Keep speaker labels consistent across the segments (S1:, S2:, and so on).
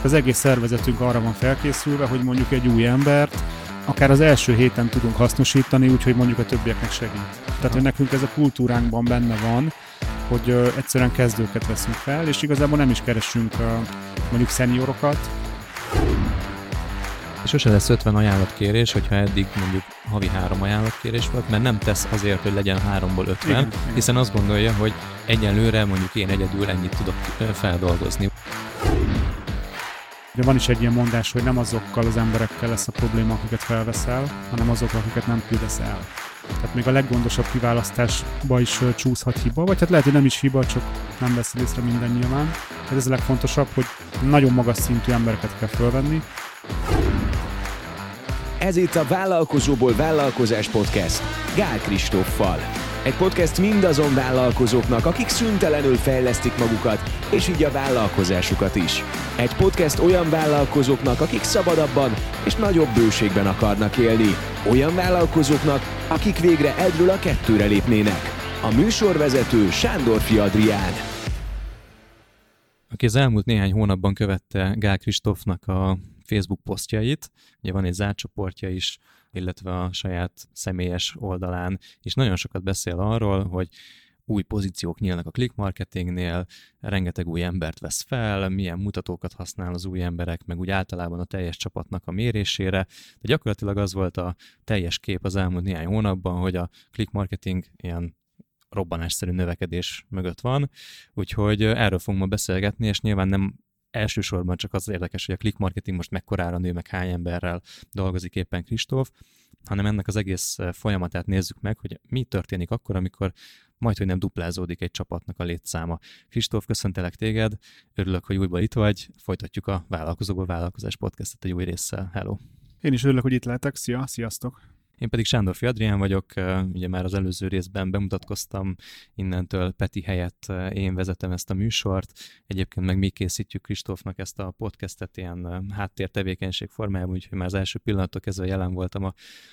S1: az egész szervezetünk arra van felkészülve, hogy mondjuk egy új embert akár az első héten tudunk hasznosítani, úgyhogy mondjuk a többieknek segít. Tehát, hogy nekünk ez a kultúránkban benne van, hogy egyszerűen kezdőket veszünk fel, és igazából nem is keresünk mondjuk szeniorokat.
S2: És sose lesz 50 ajánlatkérés, hogyha eddig mondjuk havi 3 ajánlatkérés volt, mert nem tesz azért, hogy legyen 3-ból 50, igen. Hiszen azt gondolja, hogy egyenlőre mondjuk én egyedül ennyit tudok feldolgozni.
S1: De van is egy ilyen mondás, hogy nem azokkal az emberekkel lesz a probléma, akiket felveszel, hanem azokkal, akiket nem küldesz el. Tehát még a leggondosabb kiválasztásba is csúszhat hiba, vagy hát lehet, hogy nem is hiba, csak nem veszel észre minden nyilván. Tehát ez a legfontosabb, hogy nagyon magas szintű embereket kell fölvenni.
S3: Ez itt a Vállalkozóból Vállalkozás Podcast Gál Kristóffal. Egy podcast mindazon vállalkozóknak, akik szüntelenül fejlesztik magukat, és így a vállalkozásukat is. Egy podcast olyan vállalkozóknak, akik szabadabban és nagyobb bőségben akarnak élni. Olyan vállalkozóknak, akik végre 1-ről a 2-re lépnének. A műsorvezető Sándorfi Adrián.
S2: Aki az elmúlt néhány hónapban követte Gál Kristóffnak a Facebook posztjait, ugye van egy zárt csoportja is, illetve a saját személyes oldalán, és nagyon sokat beszél arról, hogy új pozíciók nyílnak a click marketingnél, rengeteg új embert vesz fel, milyen mutatókat használ az új emberek, meg úgy általában a teljes csapatnak a mérésére. De gyakorlatilag az volt a teljes kép az elmúlt néhány hónapban, hogy a click marketing ilyen robbanásszerű növekedés mögött van, úgyhogy erről fogunk ma beszélgetni, és nyilván nem elsősorban csak az érdekes, hogy a click marketing most mekkorára nő, meg hány emberrel dolgozik éppen Kristóf, hanem ennek az egész folyamatát nézzük meg, hogy mi történik akkor, amikor majdhogy nem duplázódik egy csapatnak a létszáma. Kristóf, köszöntelek téged, örülök, hogy újból itt vagy, folytatjuk a Vállalkozóból Vállalkozás podcastet egy új résszel. Hello!
S1: Én is örülök, hogy itt lehetek. Sziasztok!
S2: Én pedig Sándorfi Adrián vagyok, ugye már az előző részben bemutatkoztam, innentől Peti helyett én vezetem ezt a műsort, egyébként meg mi készítjük Kristófnak ezt a podcastet ilyen háttértevékenység formájában, úgyhogy már az első pillanattól kezdve jelen voltam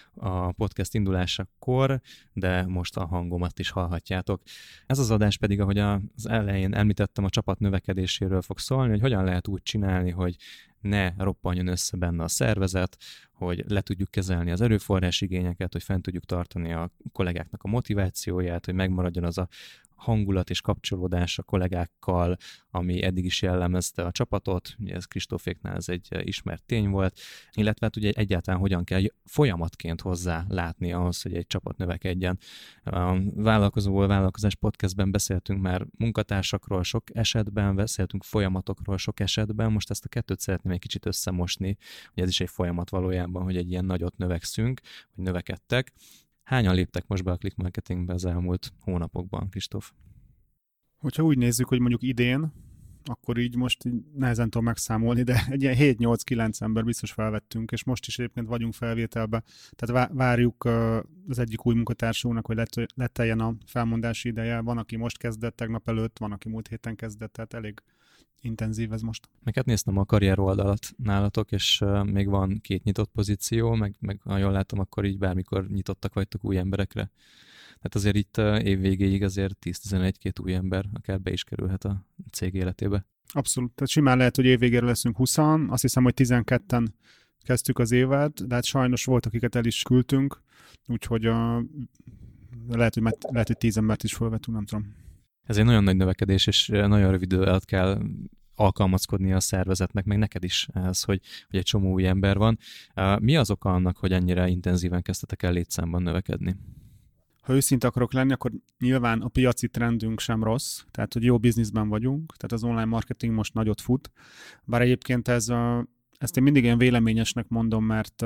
S2: a podcast indulásakor, de most a hangomat is hallhatjátok. Ez az adás pedig, ahogy az elején említettem, a csapat növekedéséről fog szólni, hogy hogyan lehet úgy csinálni, hogy ne roppanjon össze benne a szervezet, hogy le tudjuk kezelni az erőforrás igényeket, hogy fent tudjuk tartani a kollégáknak a motivációját, hogy megmaradjon az a hangulat és kapcsolódás a kollégákkal, ami eddig is jellemezte a csapatot, ugye ez Kristóféknál ez egy ismert tény volt, illetve hát ugye egyáltalán hogyan kell folyamatként hozzá látni ahhoz, hogy egy csapat növekedjen. A Vállalkozóból Vállalkozás podcastben beszéltünk már munkatársakról sok esetben, beszéltünk folyamatokról sok esetben, most ezt a kettőt szeretném egy kicsit összemosni, hogy ez is egy folyamat valójában, hogy egy ilyen nagyot növekszünk, hogy növekedtek. Hányan léptek most be a click marketingbe az elmúlt hónapokban, Kristóf?
S1: Hogyha úgy nézzük, hogy mondjuk idén, akkor így most így nehezen tudom megszámolni, de egy ilyen 7-8-9 ember biztos felvettünk, és most is egyébként vagyunk felvételbe. Tehát várjuk az egyik új munkatársunknak, hogy leteljen a felmondási ideje. Van, aki most kezdett tegnap előtt, van, aki múlt héten kezdett, tehát elég intenzív ez most.
S2: Meg hát néztem a karrier oldalat nálatok, és még van 2 nyitott pozíció, meg ha jól látom, akkor így bármikor nyitottak vagytok új emberekre. Tehát azért itt év végéig azért 10-11-2 új ember akár be is kerülhet a cég életébe.
S1: Abszolút. Tehát simán lehet, hogy év végére leszünk 20-an. Azt hiszem, hogy 12-en kezdtük az évet, de hát sajnos volt, akiket el is küldtünk, úgyhogy lehet, hogy 10 embert is felvettünk, nem tudom.
S2: Ez egy nagyon nagy növekedés, és nagyon rövid idő alatt kell alkalmazkodni a szervezetnek, meg neked is ez, hogy egy csomó új ember van. Mi az oka annak, hogy ennyire intenzíven kezdtetek el létszámban növekedni?
S1: Ha őszinte akarok lenni, akkor nyilván a piaci trendünk sem rossz, tehát hogy jó bizniszben vagyunk, tehát az online marketing most nagyot fut. Bár egyébként ezt én mindig ilyen véleményesnek mondom, mert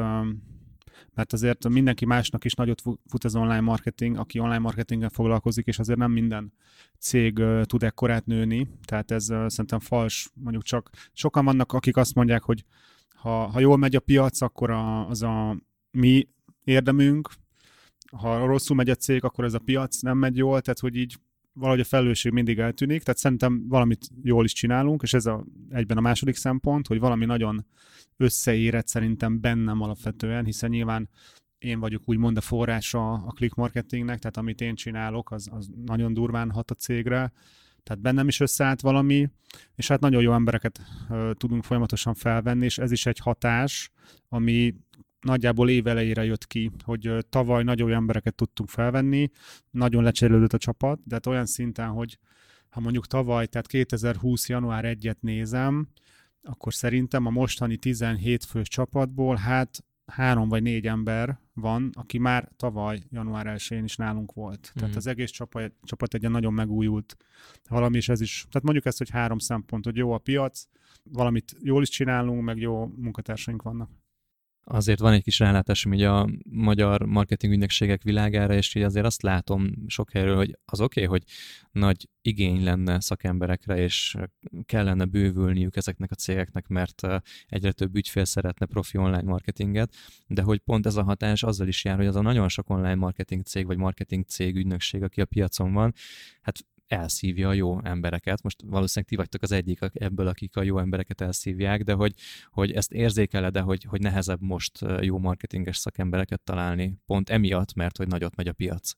S1: azért mindenki másnak is nagyot fut az online marketing, aki online marketinggel foglalkozik, és azért nem minden cég tud ekkorát nőni, tehát ez szerintem fals, mondjuk csak sokan vannak, akik azt mondják, hogy ha jól megy a piac, akkor az a mi érdemünk, ha rosszul megy a cég, akkor ez a piac nem megy jól, tehát hogy így valahogy a felelősség mindig eltűnik, tehát szerintem valamit jól is csinálunk, és ez egyben a második szempont, hogy valami nagyon összeérett szerintem bennem alapvetően, hiszen nyilván én vagyok úgymond a forrása a click marketingnek, tehát amit én csinálok, az nagyon durván hat a cégre, Tehát bennem is összeállt valami, és hát nagyon jó embereket tudunk folyamatosan felvenni, és ez is egy hatás, ami nagyjából év elejére jött ki, hogy tavaly nagyon jó embereket tudtunk felvenni, nagyon lecserélődött a csapat, de hát olyan szinten, hogy ha mondjuk tavaly, tehát 2020. január 1-et nézem, akkor szerintem a mostani 17 fős csapatból hát 3 vagy 4 ember van, aki már tavaly január 1-én is nálunk volt. Tehát az egész csapat egy nagyon megújult valami, és ez is, tehát mondjuk ezt, hogy 3 szempont, hogy jó a piac, valamit jól is csinálunk, meg jó munkatársaink vannak.
S2: Azért van egy kis rálátásom így a magyar marketing ügynökségek világára, és így azért azt látom sok helyről, hogy az oké, hogy nagy igény lenne szakemberekre, és kellene bővülniük ezeknek a cégeknek, mert egyre több ügyfél szeretne profi online marketinget, de hogy pont ez a hatás azzal is jár, hogy az a nagyon sok online marketing cég, vagy marketing cég ügynökség, aki a piacon van, hát elszívja a jó embereket. Most valószínűleg ti vagytok az egyik ebből, akik a jó embereket elszívják, de hogy ezt érzékeled, hogy nehezebb most jó marketinges szakembereket találni, pont emiatt, mert hogy nagyot megy a piac.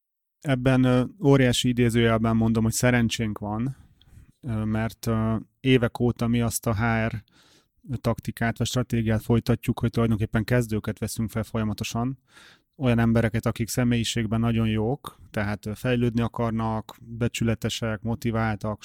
S1: Ebben óriási idézőjelben mondom, hogy szerencsénk van, mert évek óta mi azt a HR taktikát vagy stratégiát folytatjuk, hogy tulajdonképpen kezdőket veszünk fel folyamatosan, olyan embereket, akik személyiségben nagyon jók, tehát fejlődni akarnak, becsületesek, motiváltak,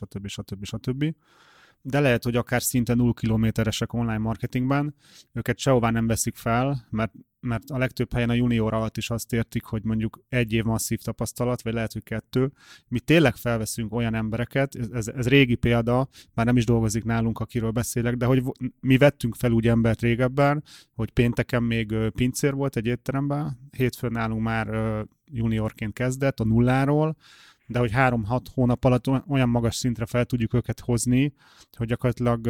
S1: stb. De lehet, hogy akár szinte 0 kilométeresek online marketingben, őket sehová nem veszik fel, mert a legtöbb helyen a junior alatt is azt értik, hogy mondjuk 1 év masszív tapasztalat, vagy lehet, hogy 2. Mi tényleg felveszünk olyan embereket, ez régi példa, már nem is dolgozik nálunk, akiről beszélek, de hogy mi vettünk fel úgy embert régebben, hogy pénteken még pincér volt egy étteremben, hétfőn nálunk már juniorként kezdett a nulláról, de hogy 3-6 hónap alatt olyan magas szintre fel tudjuk őket hozni, hogy gyakorlatilag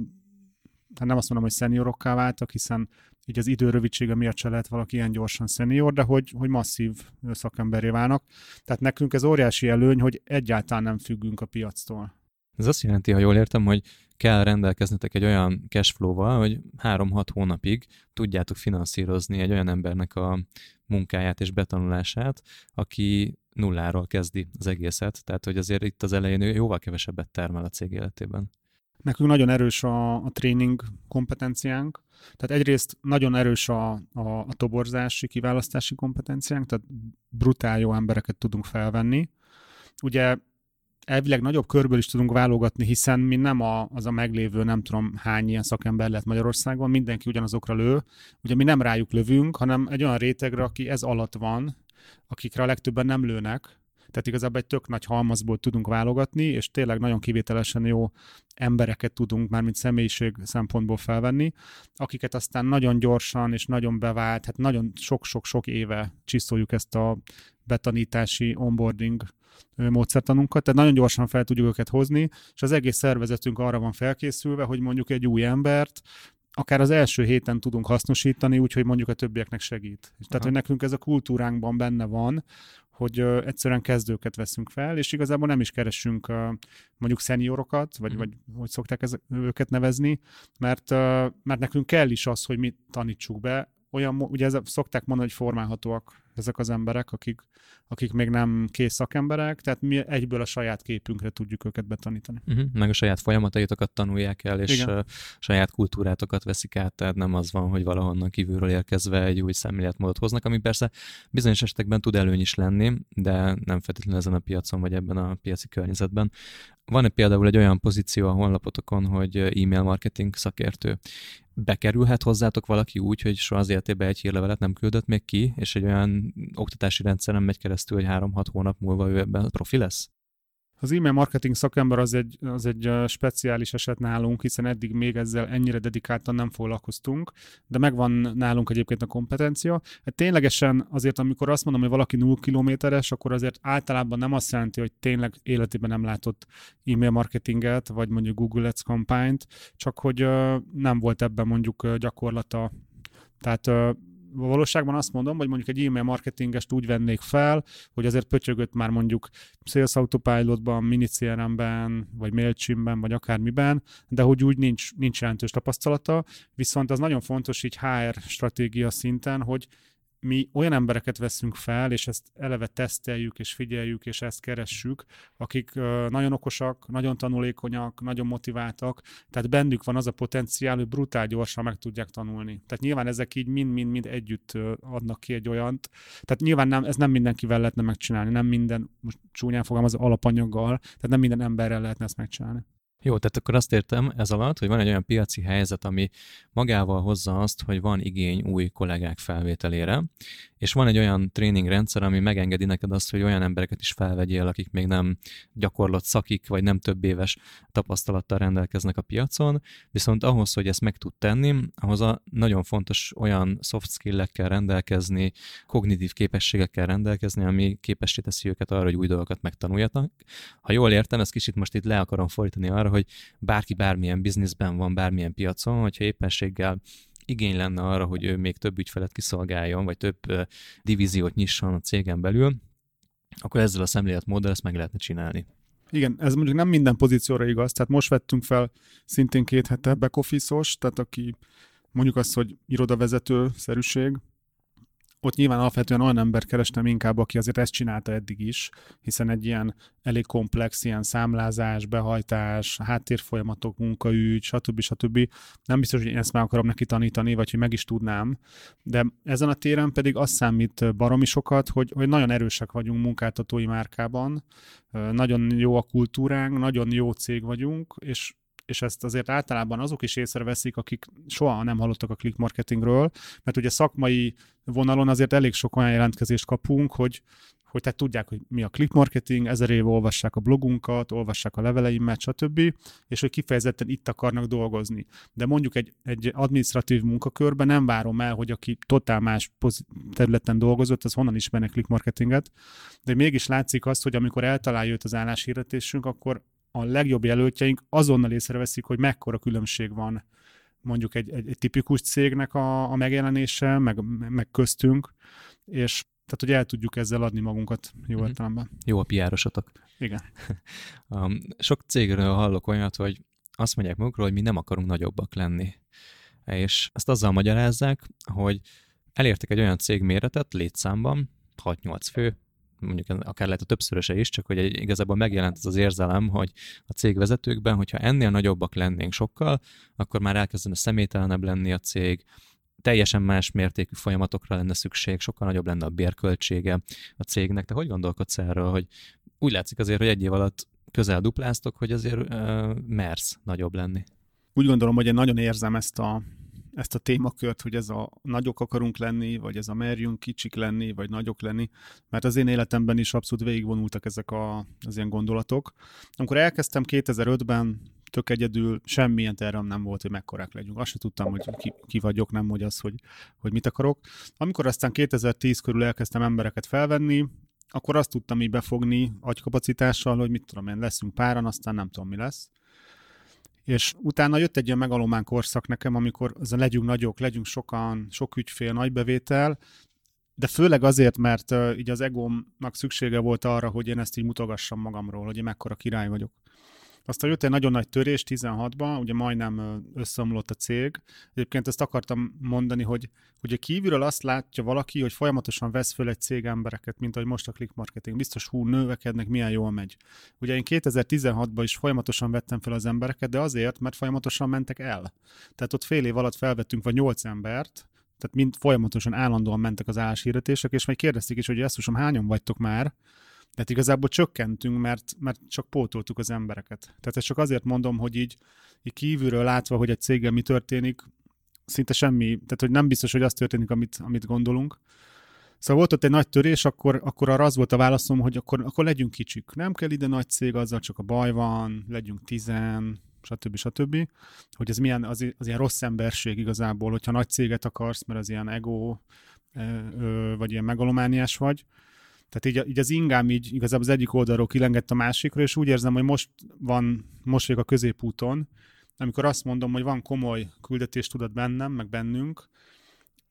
S1: hát nem azt mondom, hogy szeniorokká váltak, hiszen így az idő rövidsége miatt se lehet valaki ilyen gyorsan szenior, de hogy masszív szakemberré válnak. Tehát nekünk ez óriási előny, hogy egyáltalán nem függünk a piactól.
S2: Ez azt jelenti, ha jól értem, hogy kell rendelkeznetek egy olyan cashflow-val, hogy 3-6 hónapig tudjátok finanszírozni egy olyan embernek a munkáját és betanulását, aki nulláról kezdi az egészet, tehát hogy azért itt az elején jóval kevesebbet termel a cég életében.
S1: Nekünk nagyon erős a tréning kompetenciánk, tehát egyrészt nagyon erős a toborzási, kiválasztási kompetenciánk, tehát brutál jó embereket tudunk felvenni. Ugye elvileg nagyobb körből is tudunk válogatni, hiszen mi nem az a meglévő, nem tudom hány ilyen szakember lehet Magyarországon, mindenki ugyanazokra lő. Ugye mi nem rájuk lövünk, hanem egy olyan rétegre, aki ez alatt van, akikre a legtöbben nem lőnek. Tehát igazából egy tök nagy halmazból tudunk válogatni, és tényleg nagyon kivételesen jó embereket tudunk már mint személyiség szempontból felvenni, akiket aztán nagyon gyorsan és nagyon bevált, hát nagyon sok-sok éve csiszoljuk ezt a betanítási onboarding módszertanunkat, tehát nagyon gyorsan fel tudjuk őket hozni, és az egész szervezetünk arra van felkészülve, hogy mondjuk egy új embert akár az első héten tudunk hasznosítani, úgyhogy mondjuk a többieknek segít. Tehát, hogy nekünk ez a kultúránkban benne van, hogy egyszerűen kezdőket veszünk fel, és igazából nem is keresünk mondjuk szeniorokat, vagy hogy szokták őket nevezni, mert nekünk kell is az, hogy mi tanítsuk be. Ugye szokták mondani, hogy formálhatóak ezek az emberek, akik még nem kész szakemberek, tehát mi egyből a saját képünkre tudjuk őket betanítani.
S2: Meg a saját folyamataitokat tanulják el, és saját kultúrátokat veszik át, tehát nem az van, hogy valahonnan kívülről érkezve egy új szemléletmódot hoznak, ami persze bizonyos esetekben tud előny is lenni, de nem feltétlenül ezen a piacon, vagy ebben a piaci környezetben. Van például egy olyan pozíció a honlapotokon, hogy e-mail marketing szakértő. Bekerülhet hozzátok valaki úgy, hogy soha az életében egy hírlevelet nem küldött még ki, és egy olyan oktatási rendszeren megy keresztül, hogy 3-6 hónap múlva ő ebben profi lesz?
S1: Az e-mail marketing szakember az egy speciális eset nálunk, hiszen eddig még ezzel ennyire dedikáltan nem foglalkoztunk, de megvan nálunk egyébként a kompetencia. Hát ténylegesen azért, amikor azt mondom, hogy valaki 0 kilométeres, akkor azért általában nem azt jelenti, hogy tényleg életében nem látott e-mail marketinget, vagy mondjuk Google Ads kampányt, csak hogy nem volt ebben mondjuk gyakorlata. Tehát valóságban azt mondom, hogy mondjuk egy e-mail marketingest úgy vennék fel, hogy azért pötyögött már mondjuk Sales Autopilotban, Mini CRM-ben, vagy Mailchimpben, vagy akármiben, de hogy úgy nincs jelentős tapasztalata, viszont az nagyon fontos így HR stratégia szinten, hogy mi olyan embereket veszünk fel, és ezt eleve teszteljük, és figyeljük, és ezt keressük, akik nagyon okosak, nagyon tanulékonyak, nagyon motiváltak, tehát bennük van az a potenciál, hogy brutál gyorsan meg tudják tanulni. Tehát nyilván ezek így mind együtt adnak ki egy olyant. Tehát nyilván ez nem mindenkivel lehetne megcsinálni, nem minden, most csúnyán fogalmaz, alapanyaggal, tehát nem minden emberrel lehetne ezt megcsinálni.
S2: Jó, tehát akkor azt értem ez alatt, hogy van egy olyan piaci helyzet, ami magával hozza azt, hogy van igény új kollégák felvételére, és van egy olyan tréningrendszer, ami megengedi neked azt, hogy olyan embereket is felvegyél, akik még nem gyakorlott szakik, vagy nem több éves tapasztalattal rendelkeznek a piacon, viszont ahhoz, hogy ezt meg tud tenni, ahhoz nagyon fontos olyan soft skill-ekkel rendelkezni, kognitív képességekkel rendelkezni, ami képessé teszi őket arra, hogy új dolgokat megtanuljanak. Ha jól értem, ezt kicsit most itt le akarom fordítani arra, hogy bárki bármilyen bizniszben van, bármilyen piacon, hogyha éppenséggel igény lenne arra, hogy ő még több ügyfelet kiszolgáljon, vagy több divíziót nyisson a cégen belül, akkor ezzel a szemléletmóddal ezt meg lehetne csinálni.
S1: Igen, ez mondjuk nem minden pozícióra igaz, tehát most vettünk fel szintén 2 hete back office-os, tehát aki mondjuk azt, hogy irodavezető-szerűség, ott nyilván alapvetően olyan ember kerestem inkább, aki azért ezt csinálta eddig is, hiszen egy ilyen elég komplex, ilyen számlázás, behajtás, háttérfolyamatok, munkaügy, stb. Nem biztos, hogy én ezt meg akarom neki tanítani, vagy hogy meg is tudnám, de ezen a téren pedig azt számít baromi sokat, hogy nagyon erősek vagyunk munkáltatói márkában, nagyon jó a kultúránk, nagyon jó cég vagyunk, és ezt azért általában azok is észreveszik, akik soha nem hallottak a click marketingről, mert ugye szakmai vonalon azért elég sok olyan jelentkezést kapunk, hogy tehát tudják, hogy mi a click marketing, 1000 éve olvassák a blogunkat, olvassák a leveleimet, stb., és hogy kifejezetten itt akarnak dolgozni. De mondjuk egy adminisztratív munkakörben nem várom el, hogy aki totál más területen dolgozott, az honnan ismerne click marketinget, de mégis látszik azt, hogy amikor eltalálja őt az álláshirdetésünk, akkor a legjobb jelöltjeink azonnal észreveszik, hogy mekkora különbség van mondjuk egy tipikus cégnek a megjelenése, meg köztünk, és tehát, hogy el tudjuk ezzel adni magunkat jó értelemben.
S2: Jó a PR-osotok.
S1: Igen.
S2: Sok cégről hallok olyat, hogy azt mondják magukról, hogy mi nem akarunk nagyobbak lenni. És ezt azzal magyarázzák, hogy elértek egy olyan cégméretet létszámban, 6-8 fő, mondjuk akár lehet a többszöröse is, csak hogy igazából megjelent az érzelem, hogy a cégvezetőkben, hogyha ennél nagyobbak lennénk sokkal, akkor már elkezdene személytelenebb lenni a cég, teljesen más mértékű folyamatokra lenne szükség, sokkal nagyobb lenne a bérköltsége a cégnek. Te hogy gondolkodsz erről, hogy úgy látszik azért, hogy egy év alatt közel dupláztok, hogy azért mersz nagyobb lenni?
S1: Úgy gondolom, hogy én nagyon érzem ezt a témakört, hogy ez a nagyok akarunk lenni, vagy ez a merjünk kicsik lenni, vagy nagyok lenni, mert az én életemben is abszolút végigvonultak ezek az ilyen gondolatok. Amikor elkezdtem 2005-ben, tök egyedül, semmilyen tervem nem volt, hogy mekkorák legyünk. Azt sem tudtam, hogy ki vagyok, nem hogy az, hogy mit akarok. Amikor aztán 2010 körül elkezdtem embereket felvenni, akkor azt tudtam így befogni agykapacitással, hogy mit tudom én, leszünk páran, aztán nem tudom, mi lesz. És utána jött egy ilyen megalomán korszak nekem, amikor legyünk nagyok, legyünk sokan, sok ügyfél, nagy bevétel, de főleg azért, mert így az egómnak szüksége volt arra, hogy én ezt így mutogassam magamról, hogy én mekkora király vagyok. Aztán jött egy nagyon nagy törés 16-ban, ugye majdnem összeomlott a cég. Egyébként ezt akartam mondani, hogy ugye kívülről azt látja valaki, hogy folyamatosan vesz föl egy cég embereket, mint ahogy most a click marketing. Biztos növekednek, milyen jól megy. Ugye én 2016-ban is folyamatosan vettem fel az embereket, de azért, mert folyamatosan mentek el. Tehát ott fél év alatt felvettünk vagy 8 embert, tehát mind folyamatosan állandóan mentek az álláshirdetések, és majd kérdezték is, hogy Jesszusom, hányan vagytok már? Tehát igazából csökkentünk, mert csak pótoltuk az embereket. Tehát ezt csak azért mondom, hogy így kívülről látva, hogy egy céggel mi történik, szinte semmi, tehát hogy nem biztos, hogy az történik, amit gondolunk. Szóval volt ott egy nagy törés, akkor arra az volt a válaszom, hogy akkor legyünk kicsik. Nem kell ide nagy cég, azzal csak a baj van, legyünk 10, stb. Hogy ez milyen, az ilyen rossz emberség igazából, hogyha nagy céget akarsz, mert az ilyen ego, vagy ilyen megalomániás vagy. Tehát így az ingám így igazából az egyik oldalról kilengett a másikra, és úgy érzem, hogy most vagyok a középúton, amikor azt mondom, hogy van komoly küldetéstudat bennem, meg bennünk,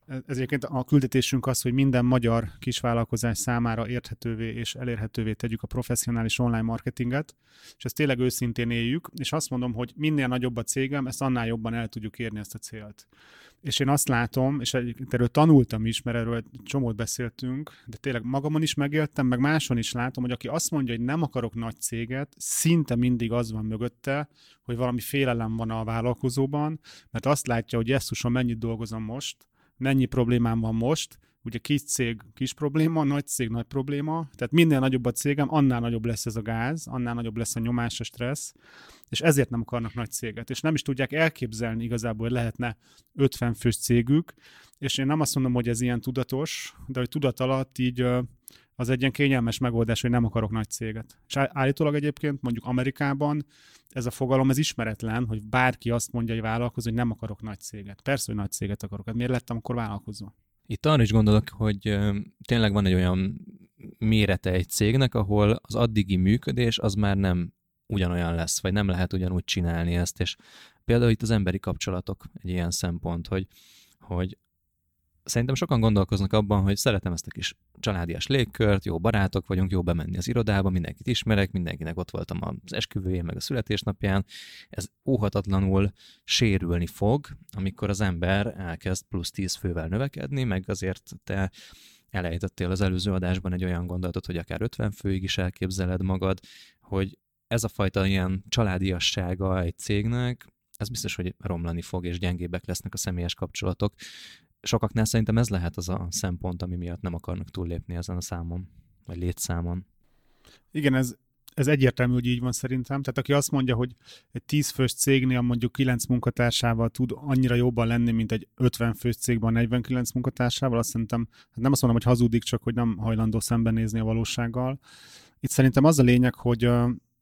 S1: Ez egyébként a küldetésünk az, hogy minden magyar kisvállalkozás számára érthetővé és elérhetővé tegyük a professzionális online marketinget, és ezt tényleg őszintén éljük, és azt mondom, hogy minél nagyobb a cégem, ezt annál jobban el tudjuk érni ezt a célt. És én azt látom, és erről tanultam is, mert erről csomót beszéltünk, de tényleg magamon is megéltem, meg máson is látom, hogy aki azt mondja, hogy nem akarok nagy céget, szinte mindig az van mögötte, hogy valami félelem van a vállalkozóban, mert azt látja, hogy jesszusom, mennyit dolgozom most, mennyi problémám van most, ugye kis cég, kis probléma, nagy cég, nagy probléma, tehát minél nagyobb a cégem, annál nagyobb lesz ez a gáz, annál nagyobb lesz a nyomás, a stressz, és ezért nem akarnak nagy céget, és nem is tudják elképzelni igazából, hogy lehetne 50 fős cégük, és én nem azt mondom, hogy ez ilyen tudatos, de hogy tudat alatt így az egy ilyen kényelmes megoldás, hogy nem akarok nagy céget. És állítólag egyébként mondjuk Amerikában ez a fogalom, ez ismeretlen, hogy bárki azt mondja, hogy vállalkozó, hogy nem akarok nagy céget. Persze, hogy nagy céget akarok. Hát miért lettem akkor vállalkozó?
S2: Itt arra is gondolok, hogy tényleg van egy olyan mérete egy cégnek, ahol az addigi működés az már nem ugyanolyan lesz, vagy nem lehet ugyanúgy csinálni ezt, és például itt az emberi kapcsolatok egy ilyen szempont, hogy szerintem sokan gondolkoznak abban, hogy szeretem ezt a kis családias légkört, jó barátok vagyunk, jó bemenni az irodába, mindenkit ismerek, mindenkinek ott voltam az esküvőjén, meg a születésnapján. Ez óhatatlanul sérülni fog, amikor az ember elkezd plusz 10 fővel növekedni, meg azért te elejtettél az előző adásban egy olyan gondolatot, hogy akár 50 főig is elképzeled magad, hogy ez a fajta ilyen családiassága egy cégnek, ez biztos, hogy romlani fog, és gyengébbek lesznek a személyes kapcsolatok. Sokaknál szerintem ez lehet az a szempont, ami miatt nem akarnak túllépni ezen a számon, vagy létszámon.
S1: Igen, ez egyértelmű, hogy így van szerintem. Tehát aki azt mondja, hogy egy 10 fős cégnél mondjuk 9 munkatársával tud annyira jobban lenni, mint egy 50 fős cégben 49 munkatársával, azt szerintem, hát nem azt mondom, hogy hazudik, csak hogy nem hajlandó szembenézni a valósággal. Itt szerintem az a lényeg, hogy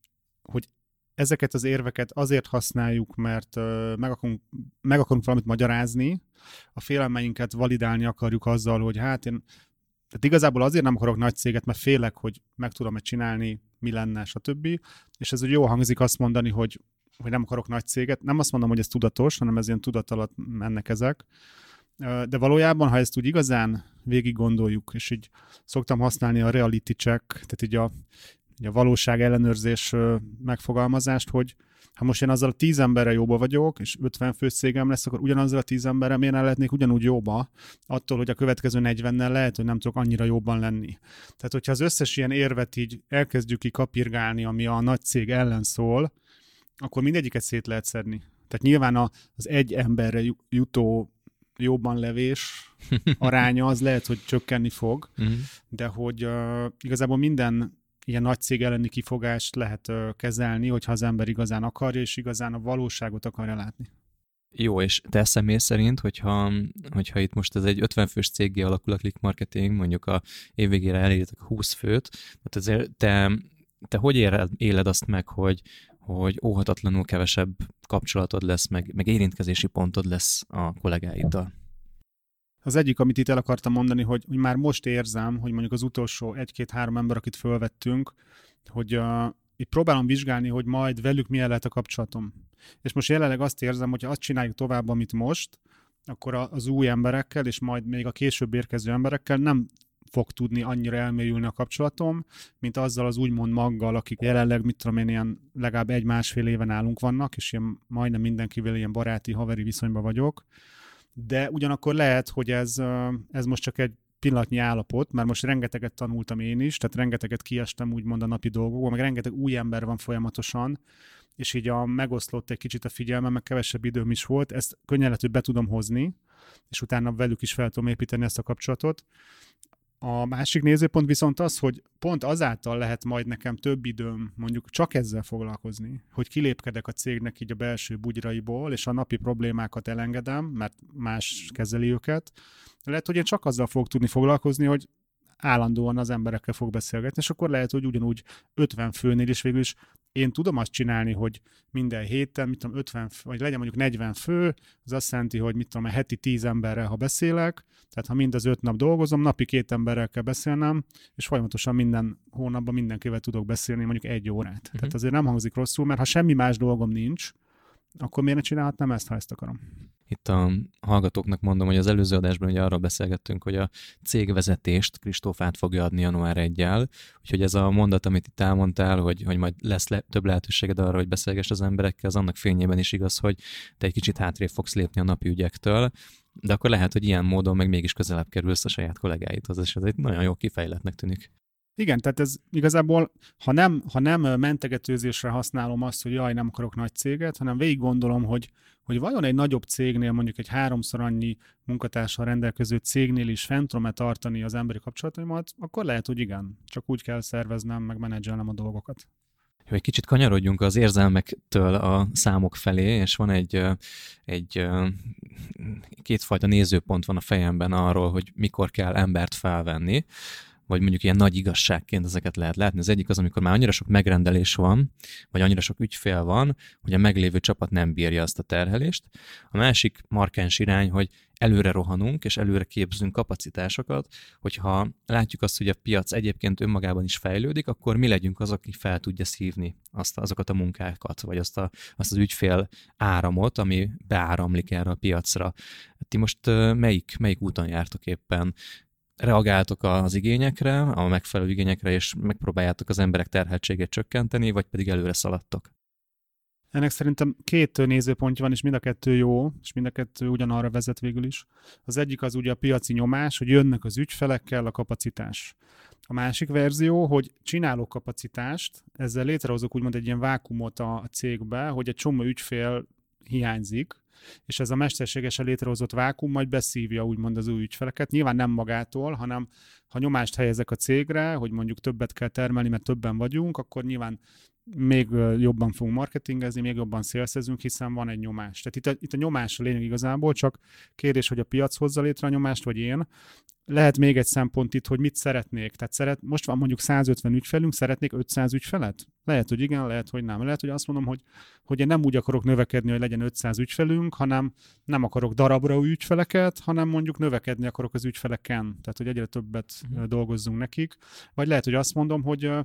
S1: ezeket az érveket azért használjuk, mert meg akarunk valamit magyarázni, a félelmeinket validálni akarjuk azzal, hogy tehát igazából azért nem akarok nagy céget, mert félek, hogy meg tudom-e csinálni, mi lenne, stb. És ez úgy jól hangzik azt mondani, hogy nem akarok nagy céget. Nem azt mondom, hogy ez tudatos, hanem ez ilyen tudat alatt mennek ezek. De valójában, ha ezt úgy igazán végig gondoljuk, és így szoktam használni a reality check, tehát így a valóság ellenőrzés megfogalmazást, hogy ha most én azzal a 10 emberrel jóba vagyok, és 50 fős cégem lesz, akkor ugyanazzal a 10 emberrel miért nem lehetnék ugyanúgy jóba, attól, hogy a következő 40-nel lehet, hogy nem tudok annyira jobban lenni. Tehát, hogyha az összes ilyen érvet így elkezdjük ki kapirgálni, ami a nagy cég ellen szól, akkor mindegyiket szét lehet szedni. Tehát nyilván az egy emberre jutó jobban levés aránya az lehet, hogy csökkenni fog, de hogy igazából minden ilyen nagy cég elleni kifogást lehet kezelni, hogyha az ember igazán akarja, és igazán a valóságot akarja látni.
S2: Jó, és te személy szerint, hogyha itt most ez egy 50 fős céggé alakul a click marketing, mondjuk a év végére elérjétek 20 főt, tehát ezért te hogy éled azt meg, hogy óhatatlanul kevesebb kapcsolatod lesz, meg érintkezési pontod lesz a kollégáiddal?
S1: Az egyik, amit itt el akartam mondani, hogy már most érzem, hogy mondjuk az utolsó 1-2-3 ember, akit fölvettünk, hogy itt próbálom vizsgálni, hogy majd velük milyen lehet a kapcsolatom. És most jelenleg azt érzem, hogy ha azt csináljuk tovább, amit most, akkor az új emberekkel, és majd még a később érkező emberekkel nem fog tudni annyira elmélyülni a kapcsolatom, mint azzal az úgymond maggal, akik jelenleg, ilyen legalább 1-1,5 éve nálunk vannak, és ilyen majdnem mindenkivel ilyen baráti, haveri viszonyban vagyok. De ugyanakkor lehet, hogy ez most csak egy pillanatnyi állapot, mert most rengeteget tanultam én is, tehát rengeteget kiestem úgymond a napi dolgokból, meg rengeteg új ember van folyamatosan, és így megoszlott egy kicsit a figyelmem, meg kevesebb időm is volt, ezt könnyen lehet, hogy be tudom hozni, és utána velük is fel tudom építeni ezt a kapcsolatot. A másik nézőpont viszont az, hogy pont azáltal lehet majd nekem több időm mondjuk csak ezzel foglalkozni, hogy kilépkedek a cégnek így a belső bugyraiból, és a napi problémákat elengedem, mert más kezeli őket. Lehet, hogy én csak azzal fogok tudni foglalkozni, hogy állandóan az emberekkel fog beszélgetni, és akkor lehet, hogy ugyanúgy 50 főnél is végül is én tudom azt csinálni, hogy minden héten, 50, vagy legyen mondjuk 40 fő, az azt jelenti, hogy heti 10 emberrel, ha beszélek, tehát ha mind az 5 nap dolgozom, napi 2 emberrel kell beszélnem, és folyamatosan minden hónapban mindenkivel tudok beszélni mondjuk 1 órát. Tehát azért nem hangzik rosszul, mert ha semmi más dolgom nincs, akkor miért ne csinálhatnám ezt, ha ezt akarom?
S2: Itt a hallgatóknak mondom, hogy az előző adásban ugye arról beszélgettünk, hogy a cégvezetést Kristóf át fogja adni január 1-jel, úgyhogy ez a mondat, amit itt elmondtál, hogy majd lesz több lehetőséged arra, hogy beszélgess az emberekkel, az annak fényében is igaz, hogy te egy kicsit hátrébb fogsz lépni a napi ügyektől, de akkor lehet, hogy ilyen módon meg mégis közelebb kerülsz a saját kollégáidhoz, és ez egy nagyon jó kifejletnek tűnik.
S1: Igen, tehát ez igazából, ha nem mentegetőzésre használom azt, hogy jaj, nem akarok nagy céget, hanem végig gondolom, hogy vajon egy nagyobb cégnél, mondjuk egy 3-szor annyi munkatársal rendelkező cégnél is fent tudom-e tartani az emberi kapcsolataimat, akkor lehet, hogy igen. Csak úgy kell szerveznem, meg menedzselnem a dolgokat.
S2: Jó, egy kicsit kanyarodjunk az érzelmektől a számok felé, és van egy kétfajta nézőpont van a fejemben arról, hogy mikor kell embert felvenni, vagy mondjuk ilyen nagy igazságként ezeket lehet látni. Az egyik az, amikor már annyira sok megrendelés van, vagy annyira sok ügyfél van, hogy a meglévő csapat nem bírja azt a terhelést. A másik markáns irány, hogy előre rohanunk, és előre képzünk kapacitásokat, hogyha látjuk azt, hogy a piac egyébként önmagában is fejlődik, akkor mi legyünk azok, aki fel tudja szívni azokat a munkákat, vagy azt az ügyfél áramot, ami beáramlik erre a piacra. Ti most melyik úton jártok éppen? Reagáltok az igényekre, a megfelelő igényekre, és megpróbáljátok az emberek terheltségét csökkenteni, vagy pedig előre szaladtok?
S1: Ennek szerintem 2 nézőpontja van, és mind a 2 jó, és mind a 2 ugyanarra vezet végül is. Az egyik az ugye a piaci nyomás, hogy jönnek az ügyfelekkel a kapacitás. A másik verzió, hogy csinálok kapacitást, ezzel létrehozok úgymond egy ilyen vákumot a cégbe, hogy egy csomó ügyfél hiányzik, és ez a mesterségesen létrehozott vákum majd beszívja úgymond az új ügyfeleket. Nyilván nem magától, hanem ha nyomást helyezek a cégre, hogy mondjuk többet kell termelni, mert többen vagyunk, akkor nyilván még jobban fogunk marketingezni, még jobban szélszezünk, hiszen van egy nyomás. Tehát itt a nyomás a lényeg igazából, csak kérdés, hogy a piac hozza létre a nyomást, vagy én. Lehet még egy szempont itt, hogy mit szeretnék. Tehát most van mondjuk 150 ügyfelünk, szeretnék 500 ügyfelet? Lehet, hogy igen, lehet, hogy nem. Lehet, hogy azt mondom, hogy én nem úgy akarok növekedni, hogy legyen 500 ügyfelünk, hanem nem akarok darabra új ügyfeleket, hanem mondjuk növekedni akarok az ügyfeleken. Tehát, hogy egyre többet dolgozzunk nekik. Vagy lehet, hogy azt mondom,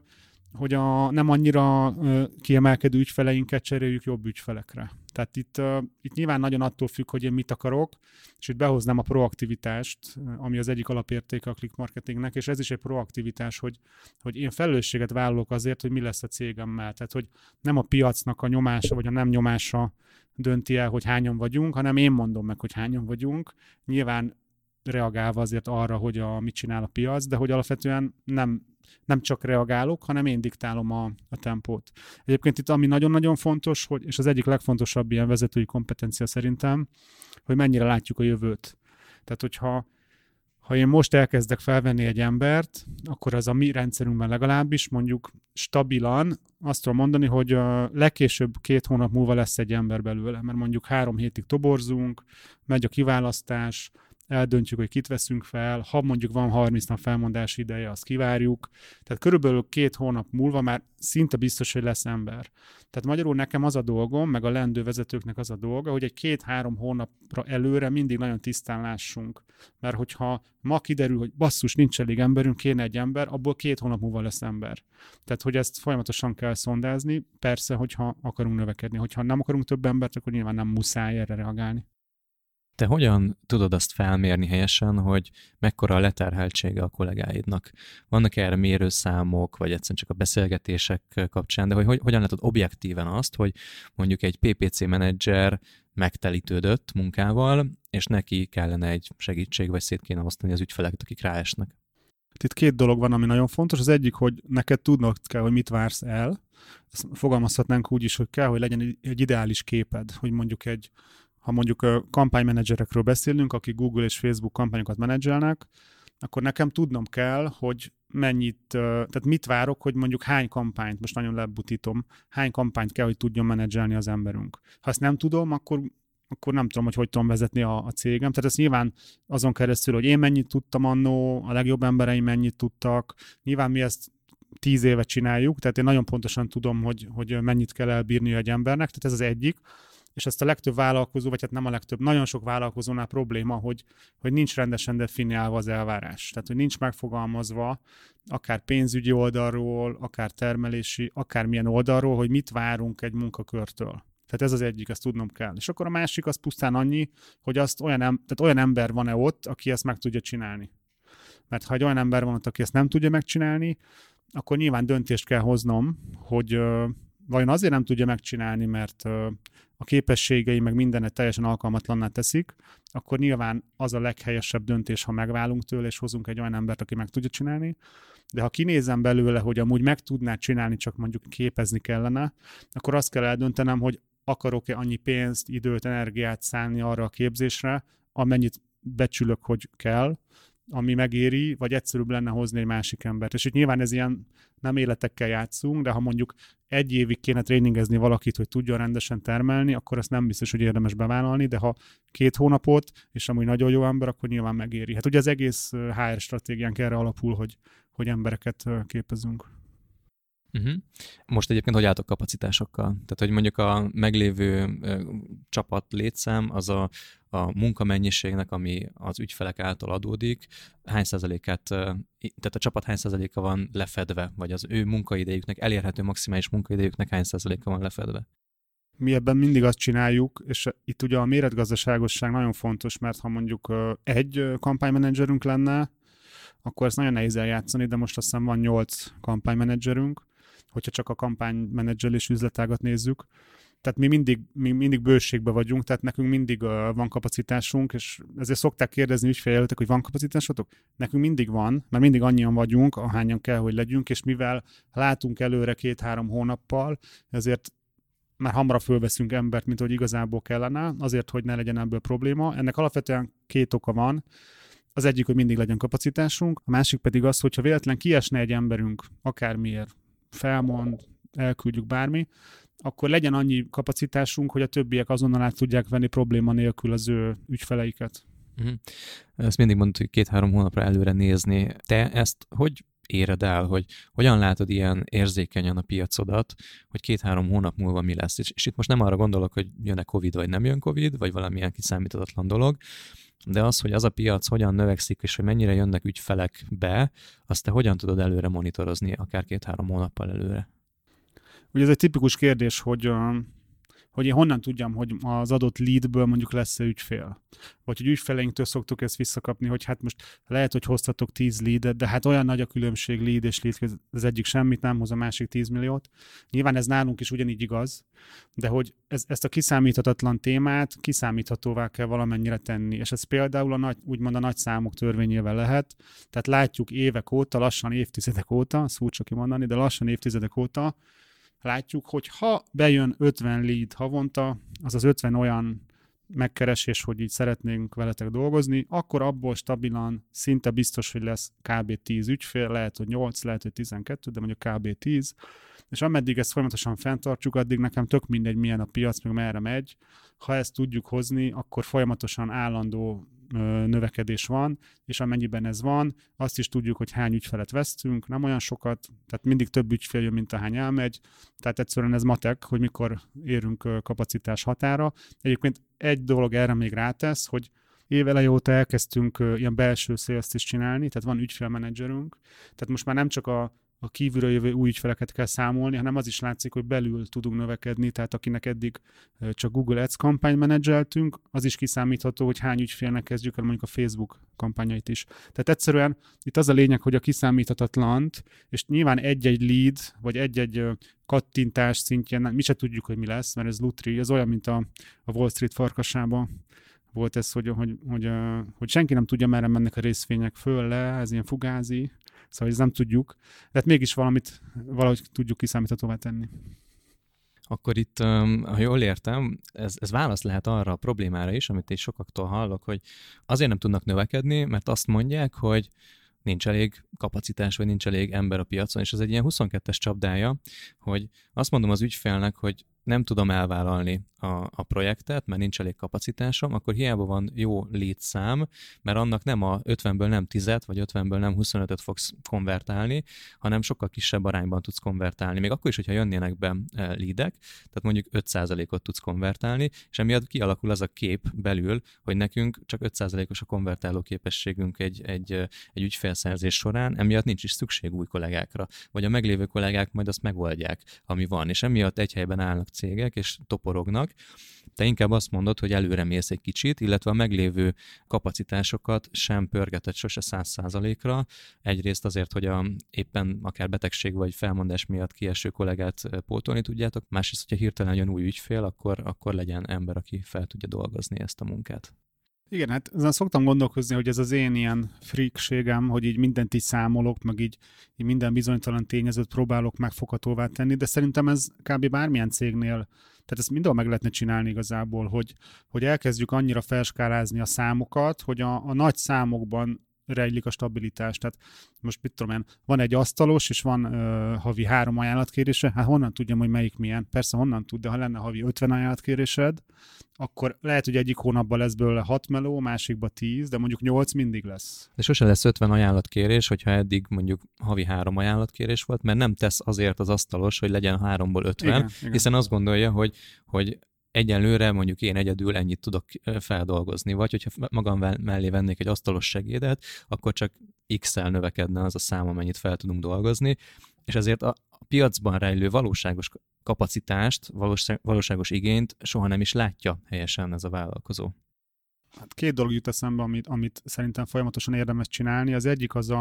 S1: hogy a nem annyira kiemelkedő ügyfeleinket cseréljük jobb ügyfelekre. Tehát itt nyilván nagyon attól függ, hogy én mit akarok, és itt behoznám a proaktivitást, ami az egyik alapértéke a click marketingnek, és ez is egy proaktivitás, hogy én felelősséget vállalok azért, hogy mi lesz a cégemmel. Tehát, hogy nem a piacnak a nyomása, vagy a nem nyomása dönti el, hogy hányan vagyunk, hanem én mondom meg, hogy hányan vagyunk. Nyilván reagálva azért arra, hogy mit csinál a piac, de hogy alapvetően nem csak reagálok, hanem én diktálom a tempót. Egyébként itt ami nagyon-nagyon fontos, és az egyik legfontosabb ilyen vezetői kompetencia szerintem, hogy mennyire látjuk a jövőt. Tehát, hogyha én most elkezdek felvenni egy embert, akkor az a mi rendszerünkben legalábbis mondjuk stabilan azt tudom mondani, hogy legkésőbb 2 hónap múlva lesz egy ember belőle, mert mondjuk 3 hétig toborzunk, megy a kiválasztás, eldöntjük, hogy kit veszünk fel, ha mondjuk van 30 nap felmondási ideje, azt kivárjuk. Tehát körülbelül 2 hónap múlva már szinte biztos, hogy lesz ember. Tehát magyarul nekem az a dolgom, meg a leendő vezetőknek az a dolga, hogy egy 2-3 hónapra előre mindig nagyon tisztán lássunk. Mert hogyha ma kiderül, hogy basszus, nincs elég emberünk, kéne egy ember, abból 2 hónap múlva lesz ember. Tehát, hogy ezt folyamatosan kell szondázni, persze, hogyha akarunk növekedni. Hogyha nem akarunk több embert, akkor nyilván nem muszáj erre reagálni.
S2: Te hogyan tudod azt felmérni helyesen, hogy mekkora a leterheltsége a kollégáidnak? Vannak erre mérőszámok, vagy egyszerűen csak a beszélgetések kapcsán, de hogy hogyan látod objektíven azt, hogy mondjuk egy PPC menedzser megtelítődött munkával, és neki kellene egy segítség, vagy szét kéne osztani az ügyfeleket, akik ráesnek?
S1: Itt 2 dolog van, ami nagyon fontos. Az egyik, hogy neked tudnod kell, hogy mit vársz el. Ezt fogalmazhatnánk úgy is, hogy kell, hogy legyen egy ideális képed, hogy mondjuk ha mondjuk kampánymenedzserekről beszélünk, akik Google és Facebook kampányokat menedzselnek, akkor nekem tudnom kell, hogy tehát mit várok, hogy mondjuk hány kampányt, most nagyon lebutítom, hány kampányt kell, hogy tudjon menedzselni az emberünk. Ha ezt nem tudom, akkor nem tudom, hogy tudom vezetni a cégem. Tehát ez nyilván azon keresztül, hogy én mennyit tudtam annó, a legjobb embereim mennyit tudtak. Nyilván mi ezt 10 éve csináljuk, tehát én nagyon pontosan tudom, hogy mennyit kell elbírni egy embernek, tehát ez az egyik. És ezt a legtöbb vállalkozó, vagy hát nem a legtöbb, nagyon sok vállalkozónál probléma, hogy nincs rendesen definiálva az elvárás. Tehát, hogy nincs megfogalmazva, akár pénzügyi oldalról, akár termelési, akár milyen oldalról, hogy mit várunk egy munkakörtől. Tehát ez az egyik, ezt tudnom kell. És akkor a másik az pusztán annyi, hogy azt olyan ember van-e ott, aki ezt meg tudja csinálni. Mert ha egy olyan ember van ott, aki ezt nem tudja megcsinálni, akkor nyilván döntést kell hoznom, hogy vajon azért nem tudja megcsinálni, mert a képességei meg mindenet teljesen alkalmatlanná teszik, akkor nyilván az a leghelyesebb döntés, ha megválunk tőle, és hozunk egy olyan embert, aki meg tudja csinálni. De ha kinézem belőle, hogy amúgy meg tudná csinálni, csak mondjuk képezni kellene, akkor azt kell eldöntenem, hogy akarok-e annyi pénzt, időt, energiát szánni arra a képzésre, amennyit becsülök, hogy kell, ami megéri, vagy egyszerűbb lenne hozni egy másik embert. És itt nyilván ez ilyen nem életekkel játszunk, de ha mondjuk 1 évig kéne tréningezni valakit, hogy tudjon rendesen termelni, akkor ezt nem biztos, hogy érdemes bevállalni, de ha 2 hónapot, és amúgy nagyon jó ember, akkor nyilván megéri. Hát ugye az egész HR stratégiánk erre alapul, hogy embereket képezünk.
S2: Most egyébként hogy álltok kapacitásokkal? Tehát, hogy mondjuk a meglévő csapat létszám, az a munkamennyiségnek, ami az ügyfelek által adódik, hány százalékát, tehát a csapat hány százaléka van lefedve, vagy az ő munkaidejüknek, elérhető maximális munkaidejüknek hány százaléka van lefedve?
S1: Mi ebben mindig azt csináljuk, és itt ugye a méretgazdaságosság nagyon fontos, mert ha mondjuk egy kampánymenedzserünk lenne, akkor ezt nagyon nehéz eljátszani, de most azt hiszem van 8 kampánymenedzserünk, hogyha csak a kampánymenedzselés üzletágat nézzük. Tehát mi mindig bőségben vagyunk, tehát nekünk mindig van kapacitásunk, és ezért szokták kérdezni ügyféljelöltek, hogy van kapacitásotok? Nekünk mindig van, mert mindig annyian vagyunk, ahányan kell, hogy legyünk, és mivel látunk előre 2-3 hónappal, ezért már hamarabb fölveszünk embert, mint hogy igazából kellene, azért, hogy ne legyen ebből probléma. Ennek alapvetően 2 oka van. Az egyik, hogy mindig legyen kapacitásunk, a másik pedig az, hogyha véletlen kiesne egy emberünk, akármiért, felmond, elküldjük bármi, akkor legyen annyi kapacitásunk, hogy a többiek azonnal át tudják venni probléma nélkül az ő ügyfeleiket.
S2: Ezt mindig mondod, hogy 2-3 hónapra előre nézni. Te ezt hogy éred el, hogy hogyan látod ilyen érzékenyen a piacodat, hogy 2-3 hónap múlva mi lesz? És itt most nem arra gondolok, hogy jön-e Covid, vagy nem jön Covid, vagy valamilyen kiszámíthatatlan dolog, de az, hogy az a piac hogyan növekszik, és hogy mennyire jönnek ügyfelek be, azt te hogyan tudod előre monitorozni, akár 2-3 hónappal előre?
S1: Ugye ez egy tipikus kérdés, hogy én honnan tudjam, hogy az adott leadből mondjuk lesz-e ügyfél. Vagy hogy ügyfeleinktől szoktuk ezt visszakapni, hogy hát most lehet, hogy hoztatok 10 leadet, de hát olyan nagy a különbség lead és lead, hogy az egyik semmit nem hoz, a másik 10 milliót. Nyilván ez nálunk is ugyanígy igaz, de hogy ezt a kiszámíthatatlan témát kiszámíthatóvá kell valamennyire tenni. És ez például úgymond a nagy számok törvényével lehet. Tehát látjuk évek óta, lassan évtizedek óta, ezt furcsa kimondani, de lassan évtizedek óta, látjuk, hogy ha bejön 50 lead havonta, az 50 olyan megkeresés, hogy így szeretnénk veletek dolgozni, akkor abból stabilan szinte biztos, hogy lesz kb. 10 ügyfél, lehet, hogy 8, lehet, hogy 12, de mondjuk kb. 10. És ameddig ezt folyamatosan fenntartjuk, addig nekem tök mindegy, milyen a piac, meg merre megy. Ha ezt tudjuk hozni, akkor folyamatosan állandó növekedés van, és amennyiben ez van, azt is tudjuk, hogy hány ügyfelet vesztünk, nem olyan sokat, tehát mindig több ügyfél jön, mint ahány elmegy, tehát egyszerűen ez matek, hogy mikor érünk kapacitás határa. Egyébként egy dolog erre még rátesz, hogy éveleje óta elkezdtünk ilyen belső sales-t is csinálni, tehát van ügyfélmenedzserünk, tehát most már nem csak a kívülről jövő új ügyfeleket kell számolni, hanem az is látszik, hogy belül tudunk növekedni, tehát akinek eddig csak Google Ads kampányt menedzseltünk, az is kiszámítható, hogy hány ügyfélnek kezdjük el mondjuk a Facebook kampányait is. Tehát egyszerűen itt az a lényeg, hogy a kiszámíthatatlant, és nyilván egy-egy lead, vagy egy-egy kattintás szintjén, mi se tudjuk, hogy mi lesz, mert ez lutri, ez olyan, mint a Wall Street farkasában volt ez, hogy senki nem tudja, merre mennek a részvények föl, le, ez ilyen fugázi, szóval ezt nem tudjuk, de hát mégis valahogy tudjuk kiszámíthatóvá tenni.
S2: Akkor itt, ha jól értem, ez válasz lehet arra a problémára is, amit én sokaktól hallok, hogy azért nem tudnak növekedni, mert azt mondják, hogy nincs elég kapacitás, vagy nincs elég ember a piacon, és ez egy ilyen 22-es csapdája, hogy azt mondom az ügyfélnek, hogy nem tudom elvállalni a projektet, mert nincs elég kapacitásom, akkor hiába van jó létszám, mert annak nem a 50-ből nem 10-et, vagy 50-ből nem 25-öt fogsz konvertálni, hanem sokkal kisebb arányban tudsz konvertálni. Még akkor is, hogyha jönnének be leadek, tehát mondjuk 5%-ot tudsz konvertálni, és emiatt kialakul az a kép belül, hogy nekünk csak 5%-os a konvertáló képességünk egy ügyfélszerzés során, emiatt nincs is szükség új kollégákra, vagy a meglévő kollégák majd azt megoldják, ami van, és emiatt egy helyben állnak cégek, és toporognak. Te inkább azt mondod, hogy előre mész egy kicsit, illetve a meglévő kapacitásokat sem pörgeted sose 100%-ra. Egyrészt azért, hogy éppen akár betegség vagy felmondás miatt kieső kollégát pótolni tudjátok, másrészt, hogyha hirtelen jön új ügyfél, akkor legyen ember, aki fel tudja dolgozni ezt a munkát.
S1: Igen, hát ezen szoktam gondolkozni, hogy ez az én ilyen freakségem, hogy így mindent így számolok, meg így minden bizonytalan tényezőt próbálok megfoghatóvá tenni, de szerintem ez kb. Bármilyen cégnél, tehát ezt mindenhol meg lehetne csinálni igazából, hogy elkezdjük annyira felskálázni a számokat, hogy a nagy számokban rejlik a stabilitás. Tehát most mit tudom én, van egy asztalos, és van havi 3 ajánlatkérése, hát honnan tudjam, hogy melyik milyen? Persze honnan tud, de ha lenne havi 50 ajánlatkérésed, akkor lehet, hogy egyik hónapban lesz belőle 6 meló, másikban 10, de mondjuk 8 mindig lesz.
S2: De sose lesz 50 ajánlatkérés, hogyha eddig mondjuk havi 3 ajánlatkérés volt, mert nem tesz azért az asztalos, hogy legyen 3-ból 50, igen. Hiszen azt gondolja, hogy egyenlőre mondjuk én egyedül ennyit tudok feldolgozni, vagy hogyha magam mellé vennék egy asztalos segédet, akkor csak X-el növekedne az a szám, amennyit fel tudunk dolgozni, és ezért a piacban rejlő valóságos kapacitást, valóságos igényt soha nem is látja helyesen ez a vállalkozó.
S1: Hát 2 dolog jut eszembe, amit szerintem folyamatosan érdemes csinálni. Az egyik az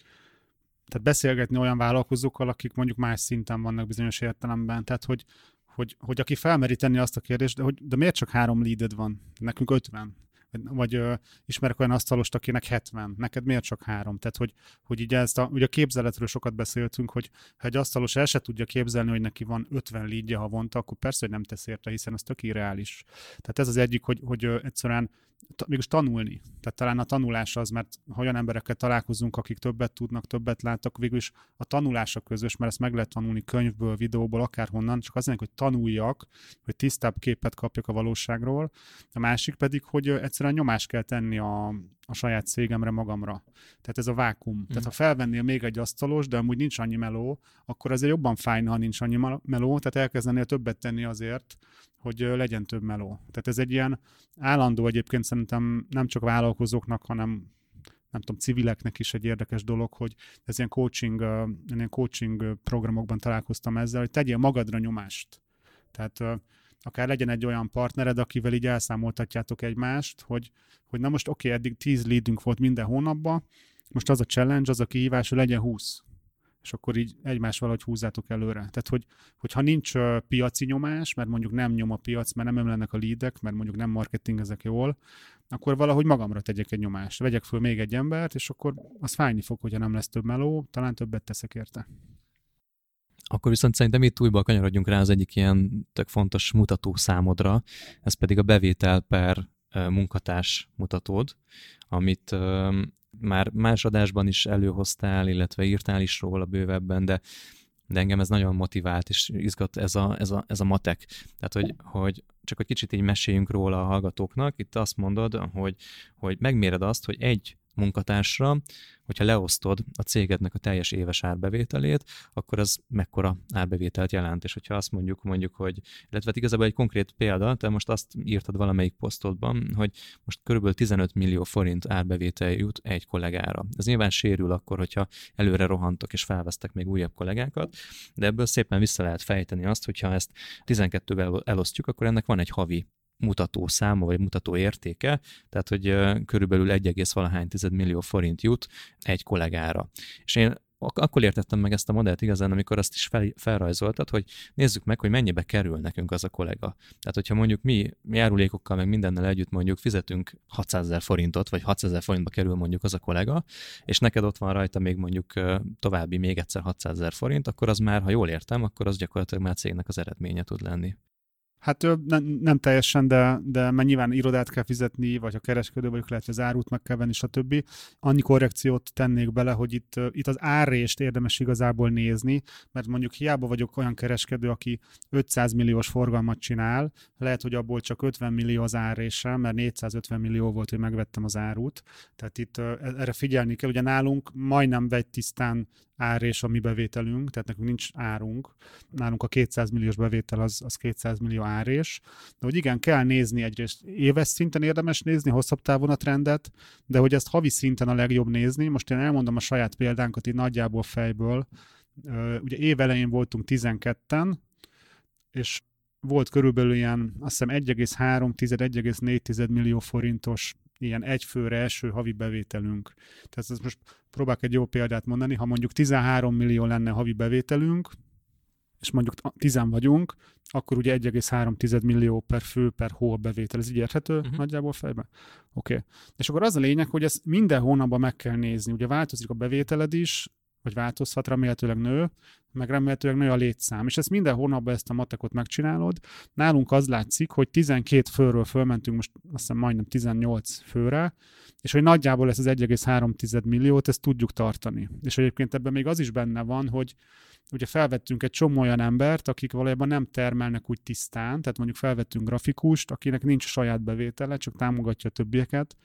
S1: tehát beszélgetni olyan vállalkozókkal, akik mondjuk más szinten vannak bizonyos értelemben. Tehát, hogy aki felmeri tenni azt a kérdést, de miért csak 3 leaded van? Nekünk 50. Vagy ismerek olyan asztalost, akinek 70. Neked miért csak 3? Tehát, hogy így ugye a képzeletről sokat beszéltünk, hogy ha egy asztalos el se tudja képzelni, hogy neki van 50 leadje havonta, akkor persze, hogy nem tesz érte, hiszen ez tök irreális. Tehát ez az egyik, hogy egyszerűen mégis tanulni. Tehát talán a tanulás az, mert ha olyan emberekkel találkozunk, akik többet tudnak, többet láttak, végülis a tanulás a közös, mert ezt meg lehet tanulni könyvből, videóból, akárhonnan, csak azért, hogy tanuljak, hogy tisztább képet kapjak a valóságról. A másik pedig, hogy egyszerűen nyomást kell tenni a saját cégemre, magamra. Tehát ez a vákum. Tehát ha felvennél még egy asztalos, de amúgy nincs annyi meló, akkor azért jobban fájna, ha nincs annyi meló, tehát elkezdenél többet tenni azért, hogy legyen több meló. Tehát ez egy ilyen állandó egyébként szerintem nem csak vállalkozóknak, hanem nem tudom, civileknek is egy érdekes dolog, hogy ez ilyen coaching programokban találkoztam ezzel, hogy tegyél magadra nyomást. Tehát akár legyen egy olyan partnered, akivel így elszámoltatjátok egymást, hogy na most oké, eddig 10 leadünk volt minden hónapban, most az a challenge, az a kihívás, hogy legyen 20. És akkor így egymás valahogy húzzátok előre. Tehát, hogyha nincs piaci nyomás, mert mondjuk nem nyom a piac, mert nem ömlenek a leadek, mert mondjuk nem marketingezek jól, akkor valahogy magamra tegyek egy nyomást. Vegyek föl még egy embert, és akkor az fájni fog, hogyha nem lesz több meló, talán többet teszek érte.
S2: Akkor viszont szerintem itt újból kanyarodjunk rá az egyik ilyen tök fontos mutató számodra, ez pedig a bevétel per munkatárs mutatód, amit már más adásban is előhoztál, illetve írtál is róla bővebben, de engem ez nagyon motivált, és izgat ez a matek. Tehát, hogy csak egy kicsit így meséljünk róla a hallgatóknak. Itt azt mondod, hogy megméred azt, hogy egy munkatársra, hogyha leosztod a cégednek a teljes éves árbevételét, akkor az mekkora árbevételt jelent. És hogyha azt mondjuk, hogy, illetve igazából egy konkrét példa, te most azt írtad valamelyik posztodban, hogy most körülbelül 15 millió forint árbevétel jut egy kollégára. Ez nyilván sérül akkor, hogyha előre rohantok és felvesztek még újabb kollégákat, de ebből szépen vissza lehet fejteni azt, hogyha ezt 12-vel elosztjuk, akkor ennek van egy havi mutató száma, vagy mutató értéke, tehát, hogy körülbelül 1,valahány millió forint jut egy kollégára. És én akkor értettem meg ezt a modellt igazán, amikor azt is felrajzoltad, hogy nézzük meg, hogy mennyibe kerül nekünk az a kollega. Tehát, hogyha mondjuk mi járulékokkal, meg mindennel együtt mondjuk fizetünk 600 000 forintot, vagy 600 000 forintba kerül mondjuk az a kollega, és neked ott van rajta még mondjuk további még egyszer 600 000 forint, akkor az már, ha jól értem, akkor az gyakorlatilag már cégnek az eredménye tud lenni.
S1: Hát nem teljesen, de mert nyilván irodát kell fizetni, vagy ha kereskedő vagyok, lehet, hogy az árut meg kell venni, stb. Annyi korrekciót tennék bele, hogy itt az árrést érdemes igazából nézni, mert mondjuk hiába vagyok olyan kereskedő, aki 500 milliós forgalmat csinál, lehet, hogy abból csak 50 millió az árrésem, mert 450 millió volt, hogy megvettem az árut. Tehát itt erre figyelni kell. Ugye nálunk majdnem tisztán árrés a mi bevételünk, tehát nekünk nincs árunk. Nálunk a 200 milliós bevétel az 200 millió árrés. De hogy igen, kell nézni egyrészt éves szinten érdemes nézni, hosszabb távon a trendet, de hogy ezt havi szinten a legjobb nézni. Most én elmondom a saját példánkat így nagyjából fejből. Ugye évelején voltunk 12-en, és volt körülbelül ilyen, azt hiszem 1,3-1,4 millió forintos ilyen egyfőre eső havi bevételünk. Tehát ezt most próbálok egy jó példát mondani, ha mondjuk 13 millió lenne havi bevételünk, és mondjuk 10 vagyunk, akkor ugye 1,3 millió per fő per hó bevétel. Ez így érthető nagyjából fejben? Oké. És akkor az a lényeg, hogy ezt minden hónapban meg kell nézni. Ugye változik a bevételed is, vagy változhat, remélhetőleg nő, meg remélhetőleg nő a létszám. És ezt minden hónapban ezt a matekot megcsinálod. Nálunk az látszik, hogy 12 főről fölmentünk, most azt hiszem majdnem 18 főre, és hogy nagyjából ezt az 1,3 milliót, ezt tudjuk tartani. És egyébként ebben még az is benne van, hogy ugye felvettünk egy csomó olyan embert, akik valójában nem termelnek úgy tisztán, tehát mondjuk felvettünk grafikust, akinek nincs saját bevétele, csak támogatja a többieket,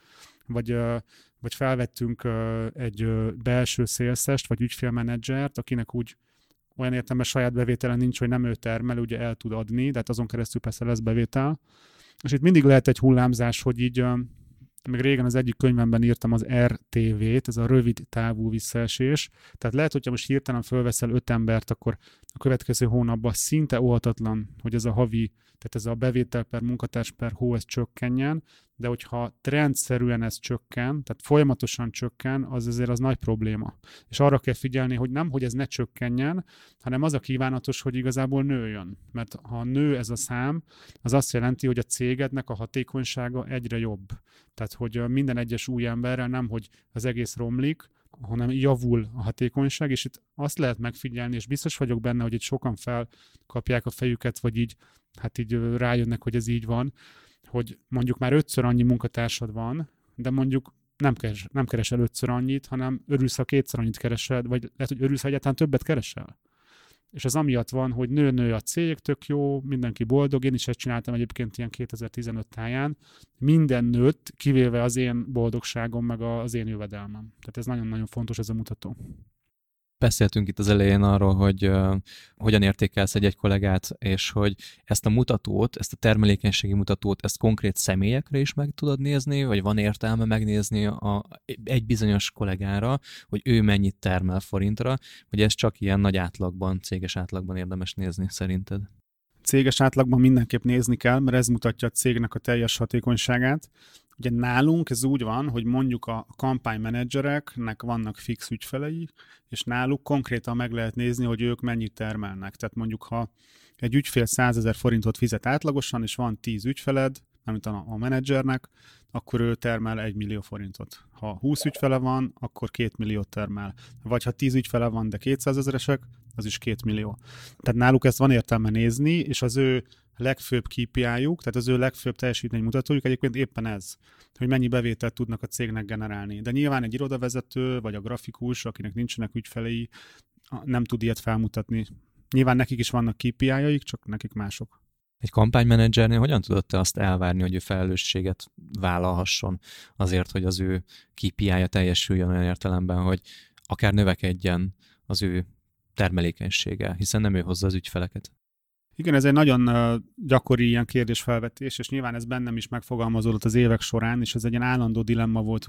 S1: vagy felvettünk egy belső szélszest, vagy ügyfélmenedzsert, akinek úgy olyan értelemben saját bevétele nincs, hogy nem ő termel, ugye el tud adni, de hát azon keresztül persze lesz bevétel. És itt mindig lehet egy hullámzás, hogy így, még régen az egyik könyvemben írtam az RTV-t, ez a rövid távú visszaesés. Tehát lehet, hogyha most hirtelen fölveszel 5 embert, akkor a következő hónapban szinte óhatatlan, hogy ez a havi, tehát ez a bevétel per munkatárs per hó, ez csökkenjen, de hogyha trendszerűen ez csökken, tehát folyamatosan csökken, az azért az nagy probléma. És arra kell figyelni, hogy nem, hogy ez ne csökkenjen, hanem az a kívánatos, hogy igazából nőjön. Mert ha nő ez a szám, az azt jelenti, hogy a cégednek a hatékonysága egyre jobb. Tehát, hogy minden egyes új emberrel nem, hogy az egész romlik, hanem javul a hatékonyság, és itt azt lehet megfigyelni, és biztos vagyok benne, hogy itt sokan felkapják a fejüket, vagy így, hát így rájönnek, hogy ez így van, hogy mondjuk már 5-ször annyi munkatársad van, de mondjuk nem keresel 5-ször annyit, hanem örülsz, ha 2-szer annyit keresel, vagy lehet, hogy örülsz, ha egyáltalán többet keresel. És az amiatt van, hogy nő a cég, tök jó, mindenki boldog. Én is ezt csináltam egyébként ilyen 2015 táján. Minden nőtt, kivéve az én boldogságom, meg az én jövedelmem. Tehát ez nagyon-nagyon fontos ez a mutató.
S2: Beszéltünk itt az elején arról, hogy hogyan értékelsz egy kollégát, és hogy ezt a mutatót, ezt a termelékenységi mutatót, ezt konkrét személyekre is meg tudod nézni, vagy van értelme megnézni egy bizonyos kollégára, hogy ő mennyit termel forintra, vagy ez csak ilyen nagy átlagban, céges átlagban érdemes nézni szerinted?
S1: Céges átlagban mindenképp nézni kell, mert ez mutatja a cégnek a teljes hatékonyságát. Ugye nálunk ez úgy van, hogy mondjuk a kampánymenedzsereknek vannak fix ügyfelei, és náluk konkrétan meg lehet nézni, hogy ők mennyit termelnek. Tehát mondjuk, ha egy ügyfél 100 000 forintot fizet átlagosan, és van 10 ügyfeled, mint a menedzsernek, akkor ő termel 1 millió forintot. Ha 20 ügyfele van, akkor 2 milliót termel. Vagy ha 10 ügyfele van, de 200 000-esek, az is 2 millió. Tehát náluk ezt van értelme nézni, és az ő legfőbb KPI-juk, tehát az ő legfőbb teljesítménymutatójuk egyébként éppen ez, hogy mennyi bevételt tudnak a cégnek generálni. De nyilván egy irodavezető, vagy a grafikus, akinek nincsenek ügyfelei, nem tud ilyet felmutatni. Nyilván nekik is vannak KPI-jaik, csak nekik mások.
S2: Egy kampánymenedzsernél hogyan tudod te azt elvárni, hogy ő felelősséget vállalhasson azért, hogy az ő KPI-ja teljesüljön olyan értelemben, hogy akár növekedjen az ő termelékenysége, hiszen nem ő hozza az ügyfeleket?
S1: Igen, ez egy nagyon gyakori ilyen kérdésfelvetés, és nyilván ez bennem is megfogalmazódott az évek során, és ez egy ilyen állandó dilemma volt,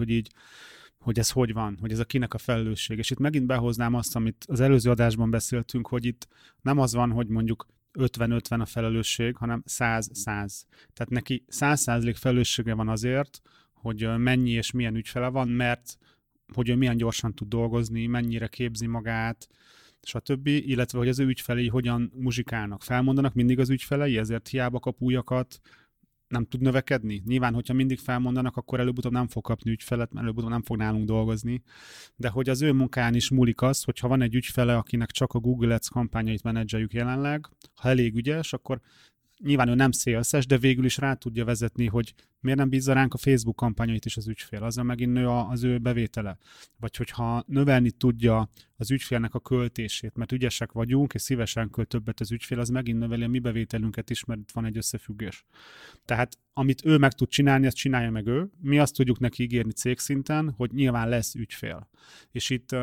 S1: hogy ez hogy van, hogy ez a kinek a felelősség. És itt megint behoznám azt, amit az előző adásban beszéltünk, hogy itt nem az van, hogy mondjuk 50-50 a felelősség, hanem 100-100. Tehát neki 100% felelőssége van azért, hogy mennyi és milyen ügyfele van, mert hogy ő milyen gyorsan tud dolgozni, mennyire képzi magát, stb., illetve hogy az ő ügyfelei hogyan muzsikálnak. Felmondanak mindig az ügyfelei, ezért hiába kap újakat, nem tud növekedni. Nyilván, hogyha mindig felmondanak, akkor előbb-utóbb nem fog kapni ügyfelet, mert előbb-utóbb nem fog nálunk dolgozni. De hogy az ő munkán is múlik az, hogyha van egy ügyfele, akinek csak a Google Ads kampányait menedzseljük jelenleg, ha elég ügyes, akkor nyilván ő nem sales-es, de végül is rá tudja vezetni, hogy miért nem bízza ránk a Facebook kampányait is az ügyfél, azzal megint nő az ő bevétele. Vagy hogyha növelni tudja az ügyfélnek a költését, mert ügyesek vagyunk, és szívesen költ többet az ügyfél, az megint növeli a mi bevételünket is, mert itt van egy összefüggés. Tehát amit ő meg tud csinálni, azt csinálja meg ő. Mi azt tudjuk neki ígérni cégszinten, hogy nyilván lesz ügyfél. És itt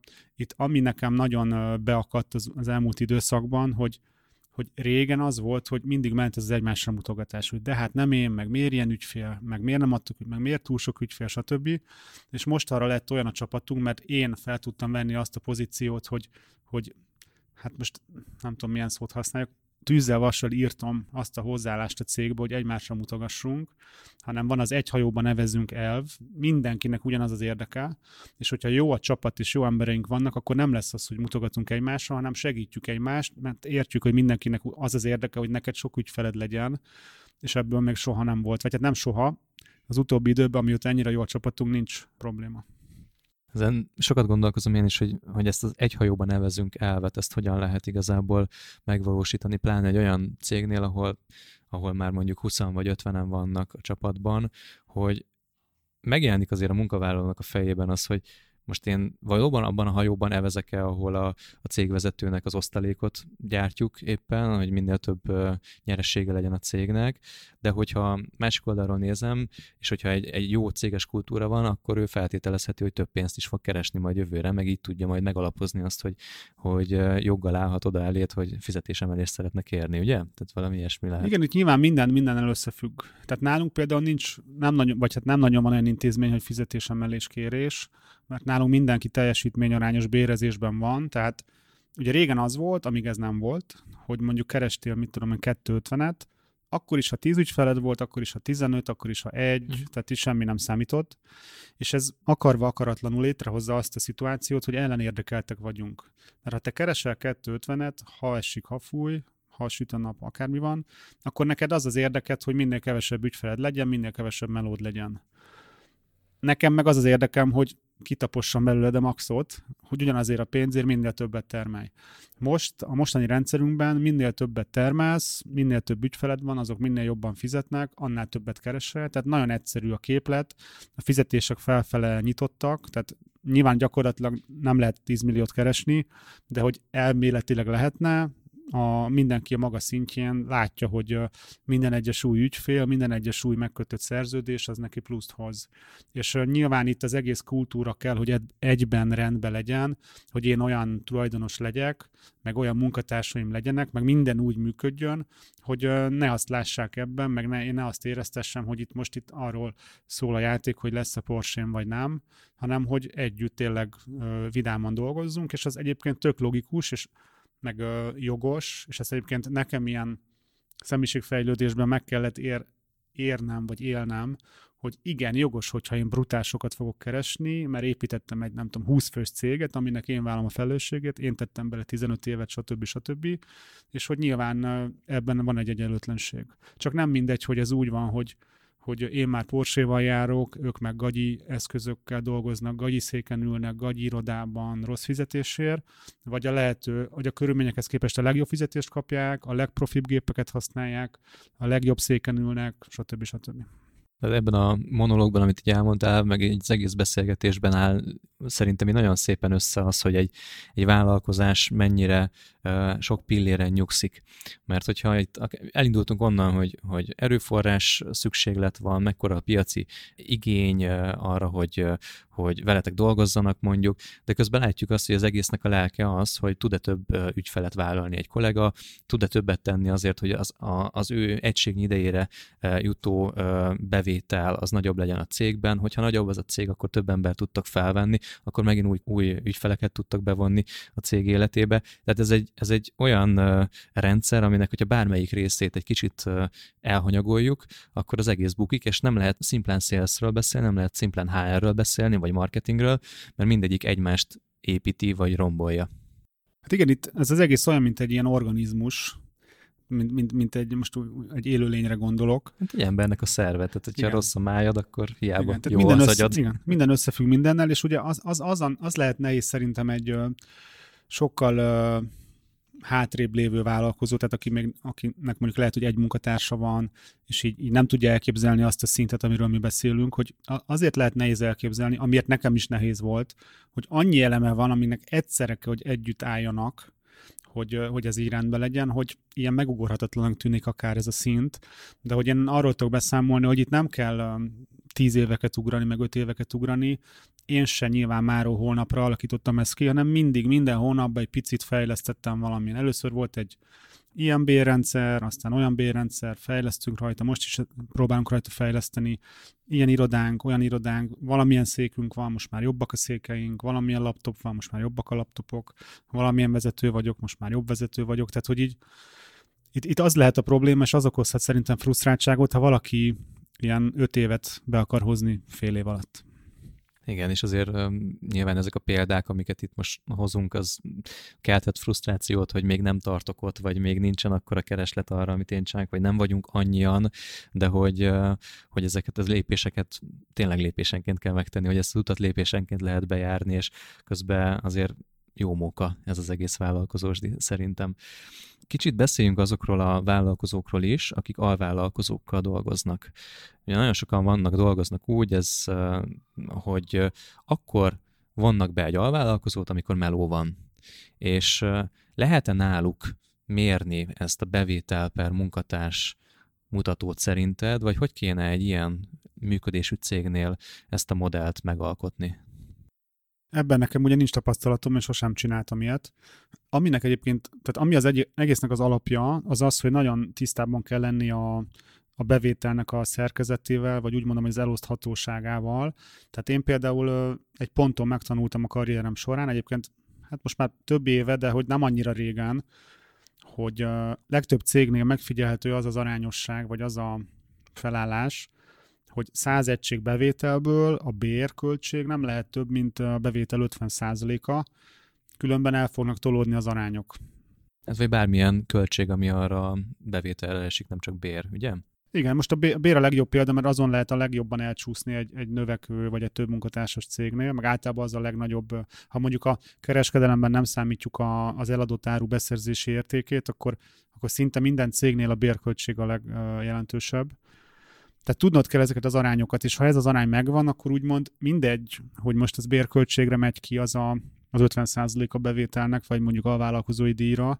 S1: ami nekem nagyon beakadt az elmúlt időszakban, hogy régen az volt, hogy mindig ment ez az egymásra mutogatás, hogy de hát nem én, meg miért ilyen ügyfél, meg miért nem adtuk, meg miért túl sok ügyfél, stb. És most arra lett olyan a csapatunk, mert én fel tudtam venni azt a pozíciót, hogy hát most nem tudom milyen szót használjuk, tűzzel vassal írtam azt a hozzáállást a cégbe, hogy egymásra mutogassunk, hanem van az egy hajóban nevezünk elv, mindenkinek ugyanaz az érdeke, és hogyha jó a csapat és jó embereink vannak, akkor nem lesz az, hogy mutogatunk egymásra, hanem segítjük egymást, mert értjük, hogy mindenkinek az az érdeke, hogy neked sok ügyfeled legyen, és ebből még soha nem volt. Vagy hát nem soha, az utóbbi időben, amióta ennyire jó a csapatunk, nincs probléma.
S2: Ezen sokat gondolkozom én is, hogy ezt az egy hajóban nevezünk elvet, ezt hogyan lehet igazából megvalósítani, pláne egy olyan cégnél, ahol már mondjuk 20 vagy 50-en vannak a csapatban, hogy megjelenik azért a munkavállalónak a fejében az, hogy most én valóban abban a hajóban evezek-e, ahol a cégvezetőnek az osztalékot gyártjuk éppen, hogy minél több nyeressége legyen a cégnek, de hogyha másik oldalról nézem, és hogyha egy jó céges kultúra van, akkor ő feltételezheti, hogy több pénzt is fog keresni majd jövőre, meg így tudja majd megalapozni azt, hogy joggal állhat oda elét, hogy fizetésemelést szeretne kérni, ugye? Tehát valami ilyesmi lehet.
S1: Igen, itt nyilván mindennel összefügg. Tehát nálunk például nem nagyon van olyan intézmény, hogy fizetésemelés kérés, mert nálunk mindenki teljesítményarányos bérezésben van, tehát ugye régen az volt, amíg ez nem volt, hogy mondjuk kerestél, 250-et, akkor is, ha 10 ügyfeled volt, akkor is, ha 15, akkor is, ha 1, tehát is semmi nem számított, és ez akarva akaratlanul létrehozza azt a szituációt, hogy ellenérdekeltek vagyunk. Mert ha te keresel 250-et, ha esik, ha fúj, ha süt a nap, akármi van, akkor neked az az érdeked, hogy minél kevesebb ügyfeled legyen, minél kevesebb melód legyen. Nekem meg az az érdekem, hogy kitapossam belőled a maxot, hogy ugyanazért a pénzért minél többet termelj. Most a mostani rendszerünkben minél többet termelsz, minél több ügyfeled van, azok minél jobban fizetnek, annál többet keresel, tehát nagyon egyszerű a képlet, a fizetések felfele nyitottak, tehát nyilván gyakorlatilag nem lehet 10 milliót keresni, de hogy elméletileg lehetne, mindenki a maga szintjén látja, hogy minden egyes új ügyfél, minden egyes új megkötött szerződés, az neki pluszt hoz. És nyilván itt az egész kultúra kell, hogy egyben rendben legyen, hogy én olyan tulajdonos legyek, meg olyan munkatársaim legyenek, meg minden úgy működjön, hogy ne azt lássák ebben, meg én ne azt éreztessem, hogy itt arról szól a játék, hogy lesz a Porsche-n vagy nem, hanem hogy együtt tényleg vidáman dolgozzunk, és az egyébként tök logikus, és meg jogos, és ezt egyébként nekem ilyen személyiségfejlődésben meg kellett érnem, vagy élnem, hogy igen, jogos, hogyha én brutál sokat fogok keresni, mert építettem egy, nem tudom, 20 fős céget, aminek én vállalom a felelősséget, én tettem bele 15 évet, stb. És hogy nyilván ebben van egy egyenlőtlenség. Csak nem mindegy, hogy ez úgy van, hogy én már Porsche-val járok, ők meg gagyi eszközökkel dolgoznak, gagyi széken ülnek, gagyi irodában, rossz fizetésért, vagy a körülményekhez képest a legjobb fizetést kapják, a legprofibb gépeket használják, a legjobb széken ülnek, stb.
S2: Ebben a monológban, amit így elmondtál, meg az egész beszélgetésben áll szerintem nagyon szépen össze az, hogy egy vállalkozás mennyire sok pilléren nyugszik. Mert hogyha itt elindultunk onnan, hogy erőforrás szükséglet van, mekkora a piaci igény arra, hogy veletek dolgozzanak mondjuk, de közben látjuk azt, hogy az egésznek a lelke az, hogy tud-e több ügyfelet vállalni egy kollega, tud-e többet tenni azért, hogy az ő egységnyi idejére jutó bevétel az nagyobb legyen a cégben, hogyha nagyobb az a cég, akkor több embert tudtak felvenni, akkor megint új ügyfeleket tudtak bevonni a cég életébe. Tehát ez egy olyan rendszer, aminek, hogyha bármelyik részét egy kicsit elhanyagoljuk, akkor az egész bukik, és nem lehet szimplán salesről beszélni, nem lehet szimplán HR-ről beszélni, vagy marketingről, mert mindegyik egymást építi, vagy rombolja.
S1: Hát igen, itt ez az egész olyan, mint egy ilyen organizmus, mint egy élőlényre gondolok.
S2: Hát egy embernek a szerve, tehát hogyha rossz a májad, akkor hiába
S1: igen,
S2: jó az agyad.
S1: Igen, minden összefügg mindennel, és ugye az lehet nehéz szerintem egy sokkal hátrébb lévő vállalkozó, tehát akinek mondjuk lehet, hogy egy munkatársa van, és így nem tudja elképzelni azt a szintet, amiről mi beszélünk, hogy azért lehet nehéz elképzelni, amiért nekem is nehéz volt, hogy annyi eleme van, aminek egyszerre kell, hogy együtt álljanak, hogy ez így rendben legyen, hogy ilyen megugorhatatlanak tűnik akár ez a szint, de hogy én arról tudok beszámolni, hogy itt nem kell 10 éveket ugrani, meg 5 éveket ugrani. Én se nyilván máról holnapra alakítottam ezt ki, hanem mindig, minden hónapban egy picit fejlesztettem valamilyen. Először volt egy ilyen bérrendszer, aztán olyan bérrendszer, fejlesztünk rajta, most is próbálunk rajta fejleszteni. Ilyen irodánk, olyan irodánk, valamilyen székünk van, most már jobbak a székeink, valamilyen laptop van, most már jobbak a laptopok, valamilyen vezető vagyok, most már jobb vezető vagyok. Tehát, hogy így itt az lehet a probléma, és az okozhat szerintem frusztráltságot, ha valaki ilyen 5 évet be akar hozni fél év alatt.
S2: Igen, és azért nyilván ezek a példák, amiket itt most hozunk, az keltett frusztrációt, hogy még nem tartok ott, vagy még nincsen akkora kereslet arra, amit én csinálok, vagy nem vagyunk annyian, de hogy ezeket az lépéseket tényleg lépésenként kell megtenni, hogy ezt az utat lépésenként lehet bejárni, és közben azért jó móka ez az egész vállalkozós szerintem. Kicsit beszéljünk azokról a vállalkozókról is, akik alvállalkozókkal dolgoznak. Ugye nagyon sokan dolgoznak úgy, hogy akkor vonnak be egy alvállalkozót, amikor meló van. És lehet-e náluk mérni ezt a bevétel per munkatárs mutatót szerinted, vagy hogy kéne egy ilyen működésű cégnél ezt a modellt megalkotni?
S1: Ebben nekem ugye nincs tapasztalatom, és sosem csináltam ilyet. Aminek egyébként, tehát ami az egésznek az alapja, az az, hogy nagyon tisztában kell lenni a bevételnek a szerkezetével, vagy úgy mondom, hogy az eloszthatóságával. Tehát én például egy ponton megtanultam a karrierem során, egyébként hát most már több éve, de hogy nem annyira régen, hogy legtöbb cégnél megfigyelhető az az arányosság, vagy az a felállás, hogy 100 egység bevételből a bérköltség nem lehet több, mint a bevétel 50%-a, különben el fognak tolódni az arányok.
S2: Ez vagy bármilyen költség, ami arra bevételre esik, nem csak bér, ugye?
S1: Igen, most a bér a legjobb példa, mert azon lehet a legjobban elcsúszni egy növekvő vagy egy több munkatársas cégnél, meg általában az a legnagyobb, ha mondjuk a kereskedelemben nem számítjuk az eladott áru beszerzési értékét, akkor szinte minden cégnél a bérköltség a legjelentősebb. Tehát tudnod kell ezeket az arányokat, és ha ez az arány megvan, akkor úgymond mindegy, hogy most az bérköltségre megy ki az 50% a bevételnek, vagy mondjuk a vállalkozói díjra.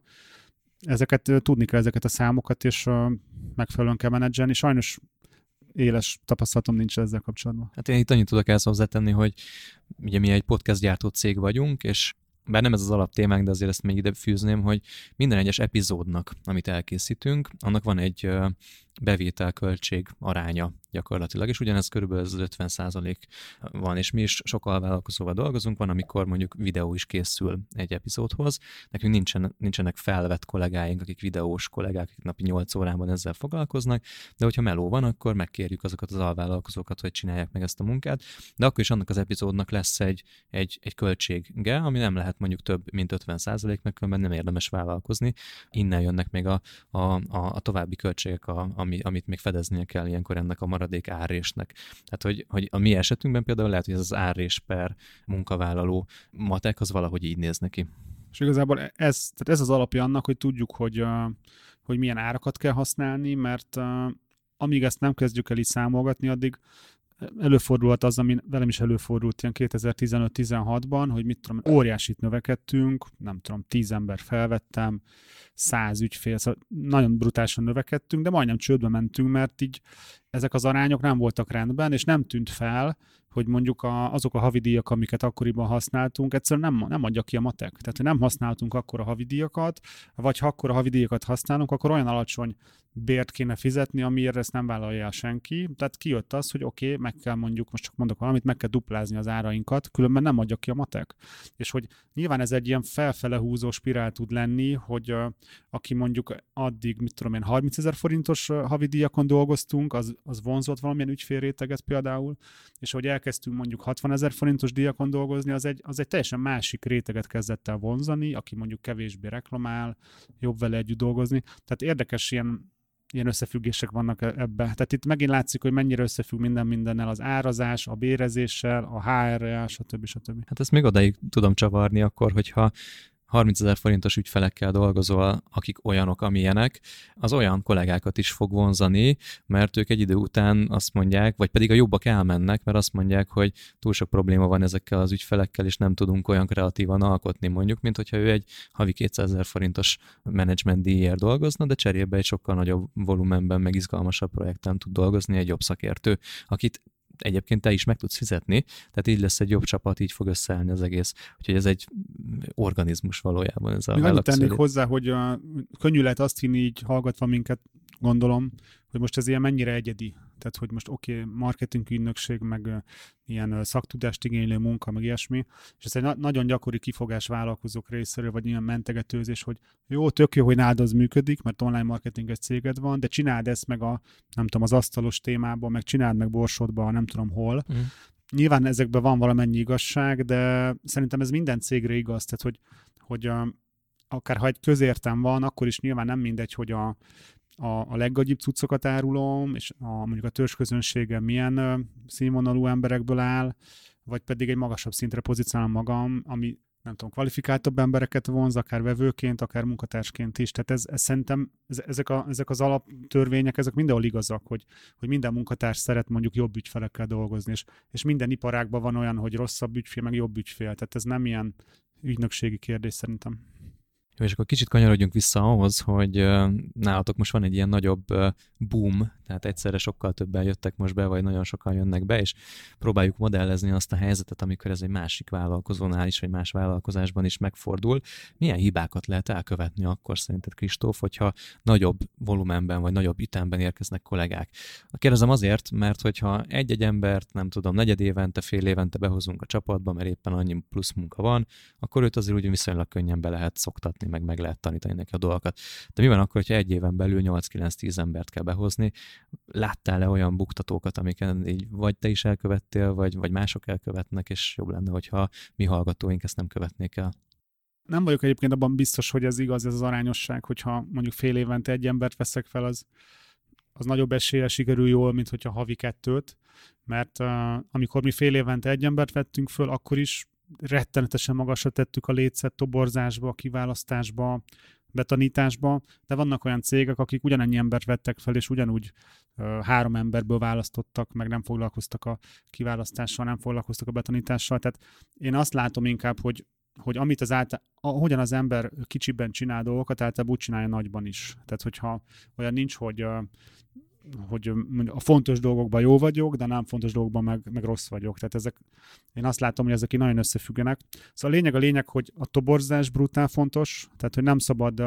S1: Tudni kell ezeket a számokat, és megfelelően kell menedzselni. Sajnos éles tapasztalatom nincs ezzel kapcsolatban.
S2: Hát én itt annyit tudok ezt hozzátenni, hogy ugye mi egy podcast gyártó cég vagyunk, és bár nem ez az alaptémánk, de azért ezt még ide fűzném, hogy minden egyes epizódnak, amit elkészítünk, annak van egy bevételköltség aránya gyakorlatilag, és ugyanez körülbelül az 50% van, és mi is sok alvállalkozóval dolgozunk, van, amikor mondjuk videó is készül egy epizódhoz. Nekünk nincsenek felvett kollégáink, akik videós kollégák, akik napi 8 órában ezzel foglalkoznak, de hogyha meló van, akkor megkérjük azokat az alvállalkozókat, hogy csinálják meg ezt a munkát, de akkor is annak az epizódnak lesz egy költsége, ami nem lehet mondjuk több, mint 50%, meg különben nem érdemes vállalkozni. Innen jönnek még a további költségek, amit még fedeznie kell ilyenkor ennek a maradék árrésnek. Tehát, hogy a mi esetünkben például lehet, hogy ez az árrés per munkavállaló matek, az valahogy így néz neki.
S1: És igazából ez az alapja annak, hogy tudjuk, hogy milyen árakat kell használni, mert amíg ezt nem kezdjük el így számolgatni, addig előfordulhat az, ami velem is előfordult ilyen 2015-16-ban, hogy mit tudom, óriásit növekedtünk, nem tudom, 10 ember felvettem, 100 ügyfél, szóval nagyon brutálisan növekedtünk, de majdnem csődbe mentünk, mert így ezek az arányok nem voltak rendben, és nem tűnt fel, hogy mondjuk azok a havidíjak, amiket akkoriban használtunk, egyszerűen nem adja ki a matek. Tehát, hogy nem használtunk akkor a havidíjakat, vagy ha akkor a havidíjakat használunk, akkor olyan alacsony bért kéne fizetni, amiért ezt nem vállalja el senki. Tehát kijött az, hogy oké, meg kell mondjuk, most csak mondok valamit, meg kell duplázni az árainkat, különben nem adja ki a matek. És hogy nyilván ez egy ilyen felfele húzó spirál tud lenni, hogy aki mondjuk addig, 30 000 forintos havidíjakon dolgoztunk, az vonzott valamilyen ügyfélréteget például, és hogy elkezdtünk mondjuk 60 000 forintos díjakon dolgozni, az egy teljesen másik réteget kezdett el vonzani, aki mondjuk kevésbé reklamál, jobb vele együtt dolgozni. Tehát érdekes ilyen összefüggések vannak ebbe. Tehát itt megint látszik, hogy mennyire összefügg mindennel, az árazás, a bérezéssel, a HR-rel, stb.
S2: Hát ezt még odaig tudom csavarni akkor, hogyha 30 000 forintos ügyfelekkel dolgozol, akik olyanok, amilyenek, az olyan kollégákat is fog vonzani, mert ők egy idő után azt mondják, vagy pedig a jobbak elmennek, mert azt mondják, hogy túl sok probléma van ezekkel az ügyfelekkel, és nem tudunk olyan kreatívan alkotni mondjuk, mint hogyha ő egy havi 200 000 forintos menedzsment díjért dolgozna, de cserébe egy sokkal nagyobb volumenben, meg izgalmasabb projekten tud dolgozni egy jobb szakértő, akit egyébként te is meg tudsz fizetni, tehát így lesz egy jobb csapat, így fog összeállni az egész. Úgyhogy ez egy organizmus valójában. Ez
S1: még annyit tennék hozzá, hogy könnyű lehet azt hinni, így hallgatva minket, gondolom, hogy most ez ilyen mennyire egyedi. Tehát, hogy most marketing ügynökség, meg ilyen szaktudást igénylő munka, meg ilyesmi, és ez egy nagyon gyakori kifogás vállalkozók részéről, vagy ilyen mentegetőzés, hogy jó, tök jó, hogy nálad az működik, mert online marketinges céged van, de csináld ezt meg nem tudom, az asztalos témában, meg csináld meg Borsodban, nem tudom hol. Nyilván ezekben van valamennyi igazság, de szerintem ez minden cégre igaz, tehát, hogy akár ha egy közértem van, akkor is nyilván nem mindegy, hogy a leggagyibb cuccokat árulom, és mondjuk a törzsközönségem milyen színvonalú emberekből áll, vagy pedig egy magasabb szintre pozícionálom magam, ami nem tudom, kvalifikáltabb embereket vonz, akár vevőként, akár munkatársként is. Tehát ez szerintem ezek az alaptörvények, ezek mindenhol igazak, hogy minden munkatárs szeret mondjuk jobb ügyfelekkel dolgozni, és minden iparágban van olyan, hogy rosszabb ügyfél, meg jobb ügyfél. Tehát ez nem ilyen ügynökségi kérdés szerintem.
S2: Jó, és akkor kicsit kanyarodjunk vissza ahhoz, hogy nálatok most van egy ilyen nagyobb boom, tehát egyszerre sokkal többen jöttek most be, vagy nagyon sokan jönnek be, és próbáljuk modellezni azt a helyzetet, amikor ez egy másik vállalkozónál is, vagy más vállalkozásban is megfordul. Milyen hibákat lehet elkövetni akkor szerinted, Kristóf, hogyha nagyobb volumenben, vagy nagyobb ütemben érkeznek kollégák? Kérdezem azért, mert hogyha egy-egy embert, nem tudom, negyed évente, fél évente behozunk a csapatba, mert éppen annyi plusz munka van, akkor őt azért úgy viszonylag könnyen be lehet szoktatni, meg lehet tanítani neki a dolgokat. De mi van akkor, hogyha egy éven belül 8-9-10 embert kell behozni? Láttál-e olyan buktatókat, amiken így vagy te is elkövettél, vagy mások elkövetnek, és jobb lenne, hogyha mi hallgatóink ezt nem követnék el?
S1: Nem vagyok egyébként abban biztos, hogy ez igaz, ez az arányosság, hogyha mondjuk fél évente egy embert veszek fel, az nagyobb eséllyel sikerül jól, mint hogyha havi 2, mert amikor mi fél évente egy embert vettünk föl, akkor is rettenetesen magasra tettük a lécet toborzásba, kiválasztásba, betanításba, de vannak olyan cégek, akik ugyanannyi embert vettek fel, és ugyanúgy 3 emberből választottak, meg nem foglalkoztak a kiválasztással, nem foglalkoztak a betanítással. Tehát én azt látom inkább, hogy amit hogyan az ember kicsiben csinál dolgokat, általában úgy csinálja nagyban is. Tehát, hogyha olyan nincs, hogy a fontos dolgokban jó vagyok, de nem fontos dolgokban meg rossz vagyok. Tehát én azt látom, hogy ezek nagyon összefüggenek. Szóval a lényeg, hogy a toborzás brutál fontos, tehát hogy nem szabad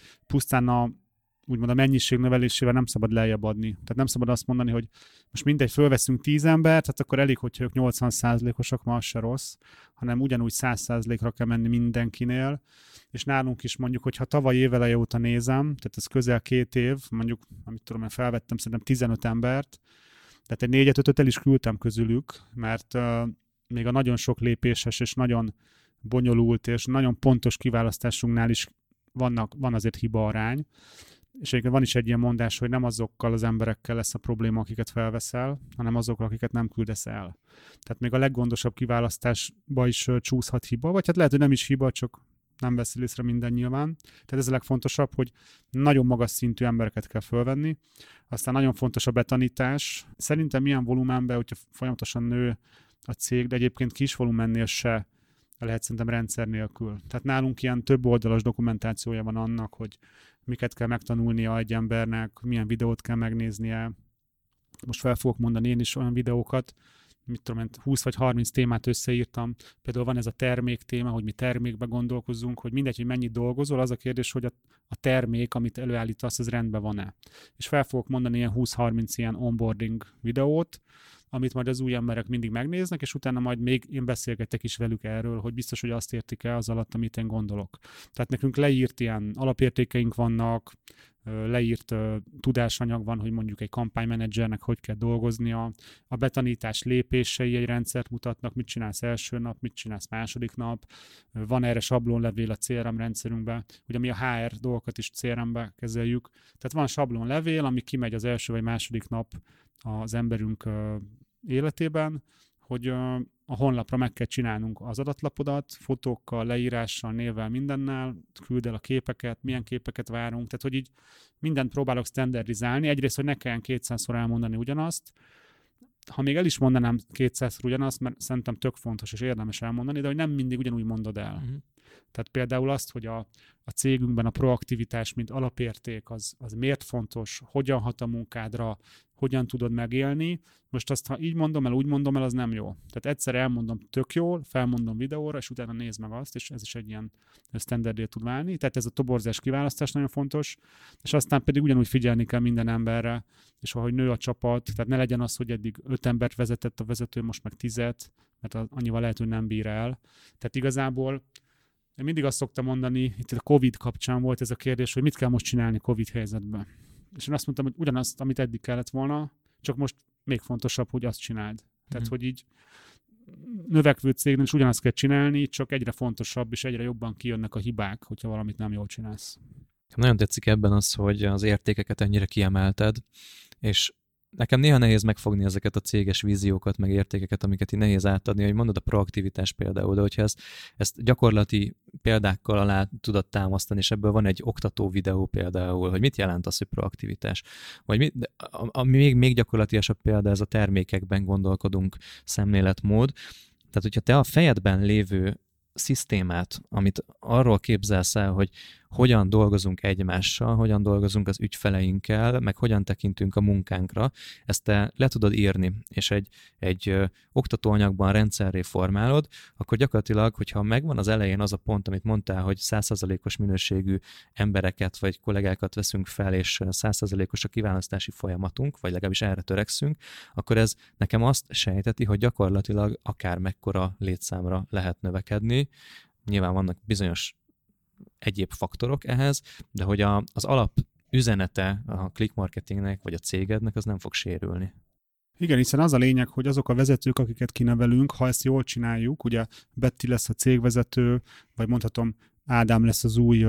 S1: pusztán úgymond a mennyiség növelésével nem szabad lejjebb adni. Tehát nem szabad azt mondani, hogy most mindegy, fölveszünk 10 embert, hát akkor elég, hogyha ők 80%-osak, ma az se rossz, hanem ugyanúgy 100%-ra kell menni mindenkinél, és nálunk is mondjuk, hogyha tavaly éveleje óta nézem, tehát ez közel 2 év, mondjuk, amit tudom, én felvettem szerintem 15 embert, tehát egy 4-5 el is küldtem közülük, mert még a nagyon sok lépéses és nagyon bonyolult és nagyon pontos kiválasztásunknál is van azért hibaarány, és egyébként van is egy ilyen mondás, hogy nem azokkal az emberekkel lesz a probléma, akiket felveszel, hanem azokkal, akiket nem küldesz el. Tehát még a leggondosabb kiválasztásba is csúszhat hiba, vagy hát lehet, hogy nem is hiba, csak nem veszi észre minden nyilván. Tehát ez a legfontosabb, hogy nagyon magas szintű embereket kell fölvenni. Aztán nagyon fontos a betanítás. Szerintem milyen volumenben, hogyha folyamatosan nő a cég, de egyébként kis volumennél se lehet szerintem rendszer nélkül. Tehát nálunk ilyen több oldalas dokumentációja van annak, hogy miket kell megtanulnia egy embernek, milyen videót kell megnéznie. Most fel fogok mondani én is olyan videókat, mit tudom én, 20 vagy 30 témát összeírtam. Például van ez a termék téma, hogy mi termékbe gondolkozunk, hogy mindegy, hogy mennyit dolgozol, az a kérdés, hogy a termék, amit előállítasz, az rendben van-e. És fel fogok mondani ilyen 20-30 ilyen onboarding videót, amit majd az új emberek mindig megnéznek, és utána majd még én beszélgetek is velük erről, hogy biztos, hogy azt értik el az alatt, amit én gondolok. Tehát nekünk leírt ilyen alapértékeink vannak, leírt tudásanyag van, hogy mondjuk egy kampánymenedzsernek hogy kell dolgoznia, a betanítás lépései egy rendszert mutatnak, mit csinálsz első nap, mit csinálsz második nap, van erre sablonlevél a CRM rendszerünkben, ugye mi a HR dolgokat is CRM-be kezeljük, tehát van sablonlevél, ami kimegy az első vagy második nap az emberünk életében, hogy a honlapra meg kell csinálnunk az adatlapodat, fotókkal, leírással, névvel, mindennel, küld el a képeket, milyen képeket várunk, tehát hogy így mindent próbálok standardizálni. Egyrészt, hogy ne kelljen 200-szor elmondani ugyanazt, ha még el is mondanám 200-szor ugyanazt, mert szerintem tök fontos és érdemes elmondani, de hogy nem mindig ugyanúgy mondod el. Tehát például azt, hogy a cégünkben a proaktivitás, mint alapérték, az miért fontos, hogyan hat a munkádra, hogyan tudod megélni. Most azt, ha így mondom el, úgy mondom el, az nem jó. Tehát egyszer elmondom tök jól, felmondom videóra, és utána nézd meg azt, és ez is egy ilyen standardé tud válni. Tehát ez a toborzás kiválasztás nagyon fontos, és aztán pedig ugyanúgy figyelni kell minden emberre, és ahogy nő a csapat, tehát ne legyen az, hogy eddig 5 embert vezetett a vezető, most meg 10, mert annyival lehet, hogy nem bír el. Tehát igazából én mindig azt szoktam mondani, itt a Covid kapcsán volt ez a kérdés, hogy mit kell most csinálni Covid helyzetben. És én azt mondtam, hogy ugyanazt, amit eddig kellett volna, csak most még fontosabb, hogy azt csináld. Tehát, hogy így növekvő cégnél is ugyanazt kell csinálni, csak egyre fontosabb, és egyre jobban kijönnek a hibák, hogyha valamit nem jól csinálsz.
S2: Nagyon tetszik ebben az, hogy az értékeket ennyire kiemelted, és nekem néha nehéz megfogni ezeket a céges víziókat, meg értékeket, amiket így nehéz átadni, hogy mondod a proaktivitás például, de hogyha ezt gyakorlati példákkal alá tudod támasztani, és ebből van egy oktató videó például, hogy mit jelent az, hogy proaktivitás. Vagy ami még gyakorlatilasabb példa, ez a termékekben gondolkodunk szemléletmód. Tehát, hogyha te a fejedben lévő szisztémát, amit arról képzelsz el, hogy hogyan dolgozunk egymással, hogyan dolgozunk az ügyfeleinkkel, meg hogyan tekintünk a munkánkra, ezt te le tudod írni, és egy oktatóanyagban rendszerré formálod, akkor gyakorlatilag, hogyha megvan az elején az a pont, amit mondtál, hogy 100%-os minőségű embereket vagy kollégákat veszünk fel, és 100%-os a kiválasztási folyamatunk, vagy legalábbis erre törekszünk, akkor ez nekem azt sejteti, hogy gyakorlatilag akár mekkora létszámra lehet növekedni. Nyilván vannak bizonyos egyéb faktorok ehhez, de hogy az alap üzenete a click marketingnek vagy a cégednek, az nem fog sérülni.
S1: Igen, hiszen az a lényeg, hogy azok a vezetők, akiket kinevelünk, ha ezt jól csináljuk, ugye Betty lesz a cégvezető, vagy mondhatom Ádám lesz az új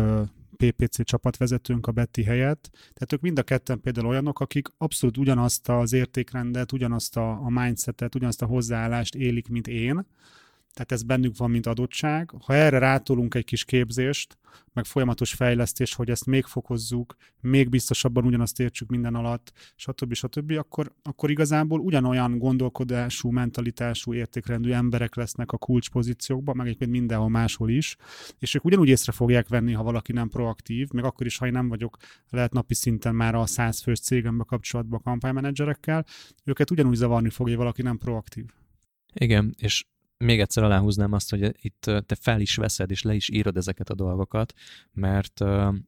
S1: PPC csapatvezetőnk a Betty helyett. Tehát ők mind a ketten például olyanok, akik abszolút ugyanazt az értékrendet, ugyanazt a mindsetet, ugyanazt a hozzáállást élik, mint én. Tehát ez bennük van, mint adottság. Ha erre rátolunk egy kis képzést, meg folyamatos fejlesztés, hogy ezt még fokozzuk, még biztosabban ugyanazt értsük minden alatt, stb., akkor igazából ugyanolyan gondolkodású, mentalitású, értékrendű emberek lesznek a kulcspozíciókban, meg egyébként mindenhol máshol is, és ők ugyanúgy észre fogják venni, ha valaki nem proaktív, meg akkor is, ha én nem vagyok, lehet napi szinten már a 100 fős cégembe kapcsolatban a kampánymenedzserekkel, őket ugyanúgy zavarni fogja, hogy valaki nem proaktív.
S2: Igen, és még egyszer aláhúznám azt, hogy itt te fel is veszed, és le is írod ezeket a dolgokat, mert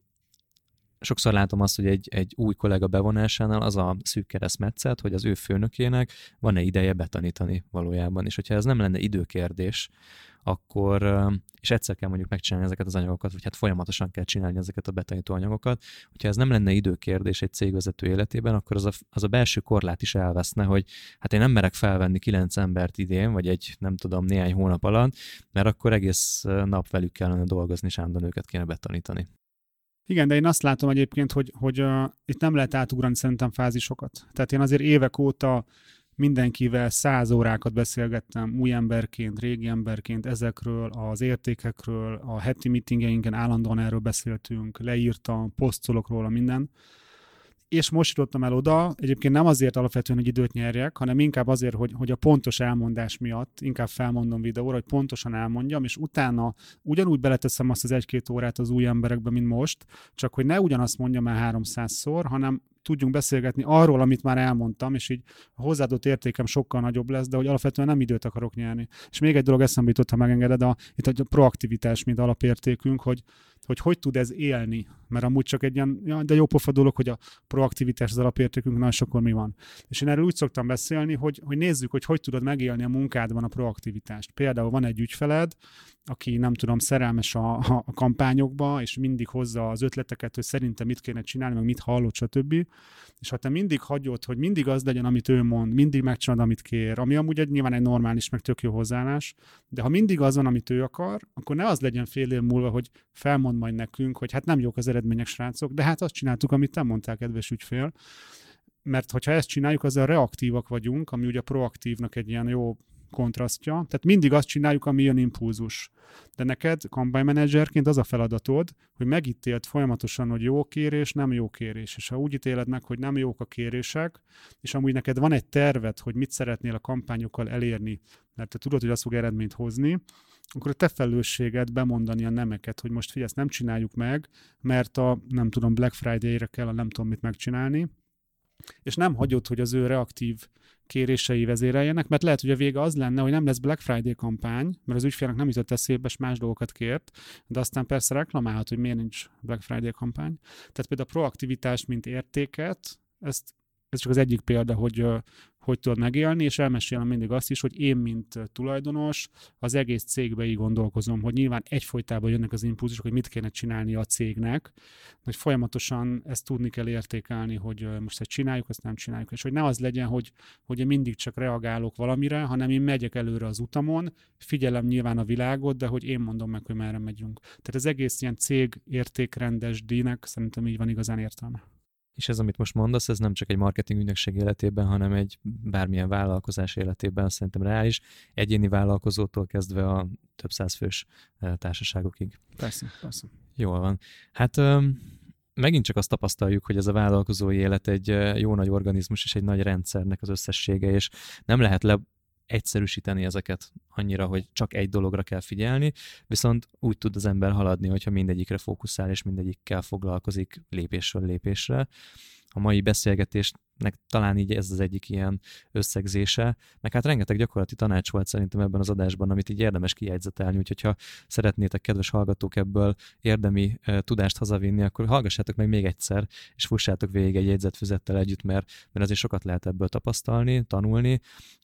S2: sokszor látom azt, hogy egy új kollega bevonásánál az a szűk keresztmetszet, hogy az ő főnökének van-e ideje betanítani valójában, és hogyha ez nem lenne időkérdés, akkor, és egyszer kell mondjuk megcsinálni ezeket az anyagokat, vagy hát folyamatosan kell csinálni ezeket a betanító anyagokat, hogyha ez nem lenne időkérdés egy cégvezető életében, akkor az a belső korlát is elveszne, hogy hát én nem merek felvenni 9 embert idén, vagy néhány hónap alatt, mert akkor egész nap velük kellene dolgozni, és állandóan őket kéne betanítani.
S1: Igen, de én azt látom egyébként, hogy itt nem lehet átugrani szerintem fázisokat. Tehát én azért évek óta mindenkivel 100 órákat beszélgettem új emberként, régi emberként ezekről, az értékekről, a heti meetingeinken állandóan erről beszéltünk, leírtam, posztolok róla minden. És most jutottam el oda, egyébként nem azért alapvetően, hogy időt nyerjek, hanem inkább azért, hogy a pontos elmondás miatt inkább felmondom videóra, hogy pontosan elmondjam, és utána ugyanúgy beleteszem azt az 1-2 órát az új emberekbe, mint most, csak hogy ne ugyanazt mondjam el 300-szor, hanem tudjunk beszélgetni arról, amit már elmondtam, és így a hozzáadott értékem sokkal nagyobb lesz, de hogy alapvetően nem időt akarok nyerni. És még egy dolog eszembe jutott, ha megengeded, itt a proaktivitás, mint alapértékünk, hogy tud ez élni, mert amúgy csak egy ilyen, de jó pofa dolog, hogy a proaktivitás az alapértékünk, na és akkor mi van. És én erről úgy szoktam beszélni, hogy nézzük, hogy tudod megélni a munkádban a proaktivitást. Például van egy ügyfeled, aki nem tudom, szerelmes a kampányokba, és mindig hozza az ötleteket, hogy szerintem mit kéne csinálni, meg mit hallott, stb. És ha te mindig hagyod, hogy mindig az legyen, amit ő mond, mindig megcsinálod, amit kér, ami amúgy nyilván egy normális, meg tök jó hozzáállás, de ha mindig az van, amit ő akar, akkor ne az legyen fél év múlva, hogy felmond majd nekünk, hogy hát nem jók az eredmények, srácok, de hát azt csináltuk, amit te mondtál, kedves ügyfél. Mert hogyha ezt csináljuk, azzal reaktívak vagyunk, ami ugye proaktívnak egy ilyen jó kontrasztja. Tehát mindig azt csináljuk, ami jön impulzus. De neked kampánymenedzserként az a feladatod, hogy megítéld folyamatosan, hogy jó kérés, nem jó kérés. És ha úgy ítéled meg, hogy nem jók a kérések, és amúgy neked van egy terved, hogy mit szeretnél a kampányokkal elérni, mert te tudod, hogy az fog eredményt hozni, akkor a te felelősséged bemondani a nemeket, hogy most figyelj, ezt nem csináljuk meg, mert nem tudom, Black Friday-re kell nem tudom mit megcsinálni, és nem hagyod, hogy az ő reaktív kérései vezéreljenek, mert lehet, hogy a vége az lenne, hogy nem lesz Black Friday kampány, mert az ügyfélnek nem jutott eszébe, és más dolgokat kért, de aztán persze reklamálhat, hogy miért nincs Black Friday kampány. Tehát például a proaktivitást, mint értéket, ez csak az egyik példa, hogy tudod megélni, és elmesélem mindig azt is, hogy én, mint tulajdonos, az egész cégbe így gondolkozom, hogy nyilván egyfolytában jönnek az impulzusok, hogy mit kéne csinálni a cégnek, hogy folyamatosan ezt tudni kell értékelni, hogy most ezt csináljuk, ezt nem csináljuk, és hogy ne az legyen, hogy én mindig csak reagálok valamire, hanem én megyek előre az utamon, figyelem nyilván a világot, de hogy én mondom meg, hogy merre megyünk. Tehát az egész ilyen cég értékrendes díjnek szerintem így van igazán értelme.
S2: És ez, amit most mondasz, ez nem csak egy marketing ügynökség életében, hanem egy bármilyen vállalkozás életében szerintem reális, egyéni vállalkozótól kezdve a több száz fős társaságokig.
S1: Persze.
S2: Jól van. Hát megint csak azt tapasztaljuk, hogy ez a vállalkozói élet egy jó nagy organizmus és egy nagy rendszernek az összessége, és nem lehet egyszerűsíteni ezeket annyira, hogy csak egy dologra kell figyelni, viszont úgy tud az ember haladni, hogyha mindegyikre fókuszál, és mindegyikkel foglalkozik lépésről lépésre. A mai beszélgetésnek talán így ez az egyik ilyen összegzése, meg hát rengeteg gyakorlati tanács volt szerintem ebben az adásban, amit így érdemes kijegyzetelni, úgyhogy ha szeretnétek, kedves hallgatók, ebből érdemi tudást hazavinni, akkor hallgassátok meg még egyszer, és fussátok végig egy jegyzetfüzettel együtt, mert azért sokat lehet ebből tapasztalni, tanulni.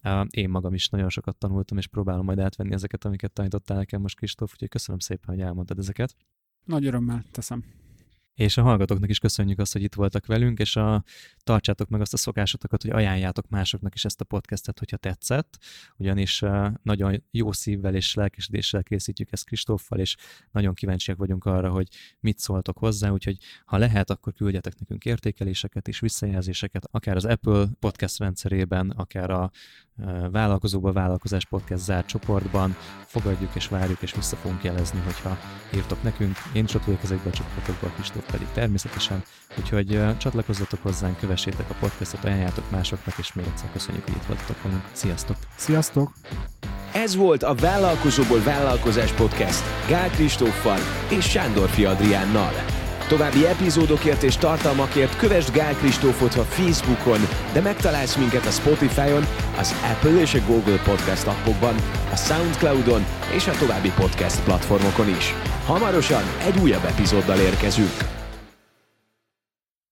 S2: Én magam is nagyon sokat tanultam, és próbálom majd átvenni ezeket, amiket tanítottál nekem most, Kristóf, úgyhogy köszönöm szépen, hogy elmondtad ezeket.
S1: Nagy örömmel teszem.
S2: És a hallgatóknak is köszönjük azt, hogy itt voltak velünk, és tartsátok meg azt a szokásotokat, hogy ajánljátok másoknak is ezt a podcastet, hogyha tetszett, ugyanis nagyon jó szívvel és lelkesedéssel készítjük ezt Kristóffal, és nagyon kíváncsiak vagyunk arra, hogy mit szóltok hozzá, úgyhogy ha lehet, akkor küldjetek nekünk értékeléseket és visszajelzéseket, akár az Apple podcast rendszerében, akár a Vállalkozóba Vállalkozás Podcast zárt csoportban. Fogadjuk és várjuk, és vissza fogunk jelezni, hogyha írtok nekünk. Én is ott vagyok ezekben a csoportokban, Kristóf pedig természetesen. Úgyhogy csatlakozzatok hozzánk, kövessétek a podcastot, ajánljátok másoknak, és még egyszer köszönjük, hogy itt voltatok velünk. Sziasztok!
S1: Sziasztok!
S3: Ez volt a Vállalkozóból Vállalkozás Podcast Gál Kristóffal és Sándorfi Adriánnal. További epizódokért és tartalmakért kövesd Gál Kristófot a Facebookon, de megtalálsz minket a Spotify-on, az Apple és a Google Podcast appokban, a Soundcloud-on és a további podcast platformokon is. Hamarosan egy újabb epizóddal érkezünk.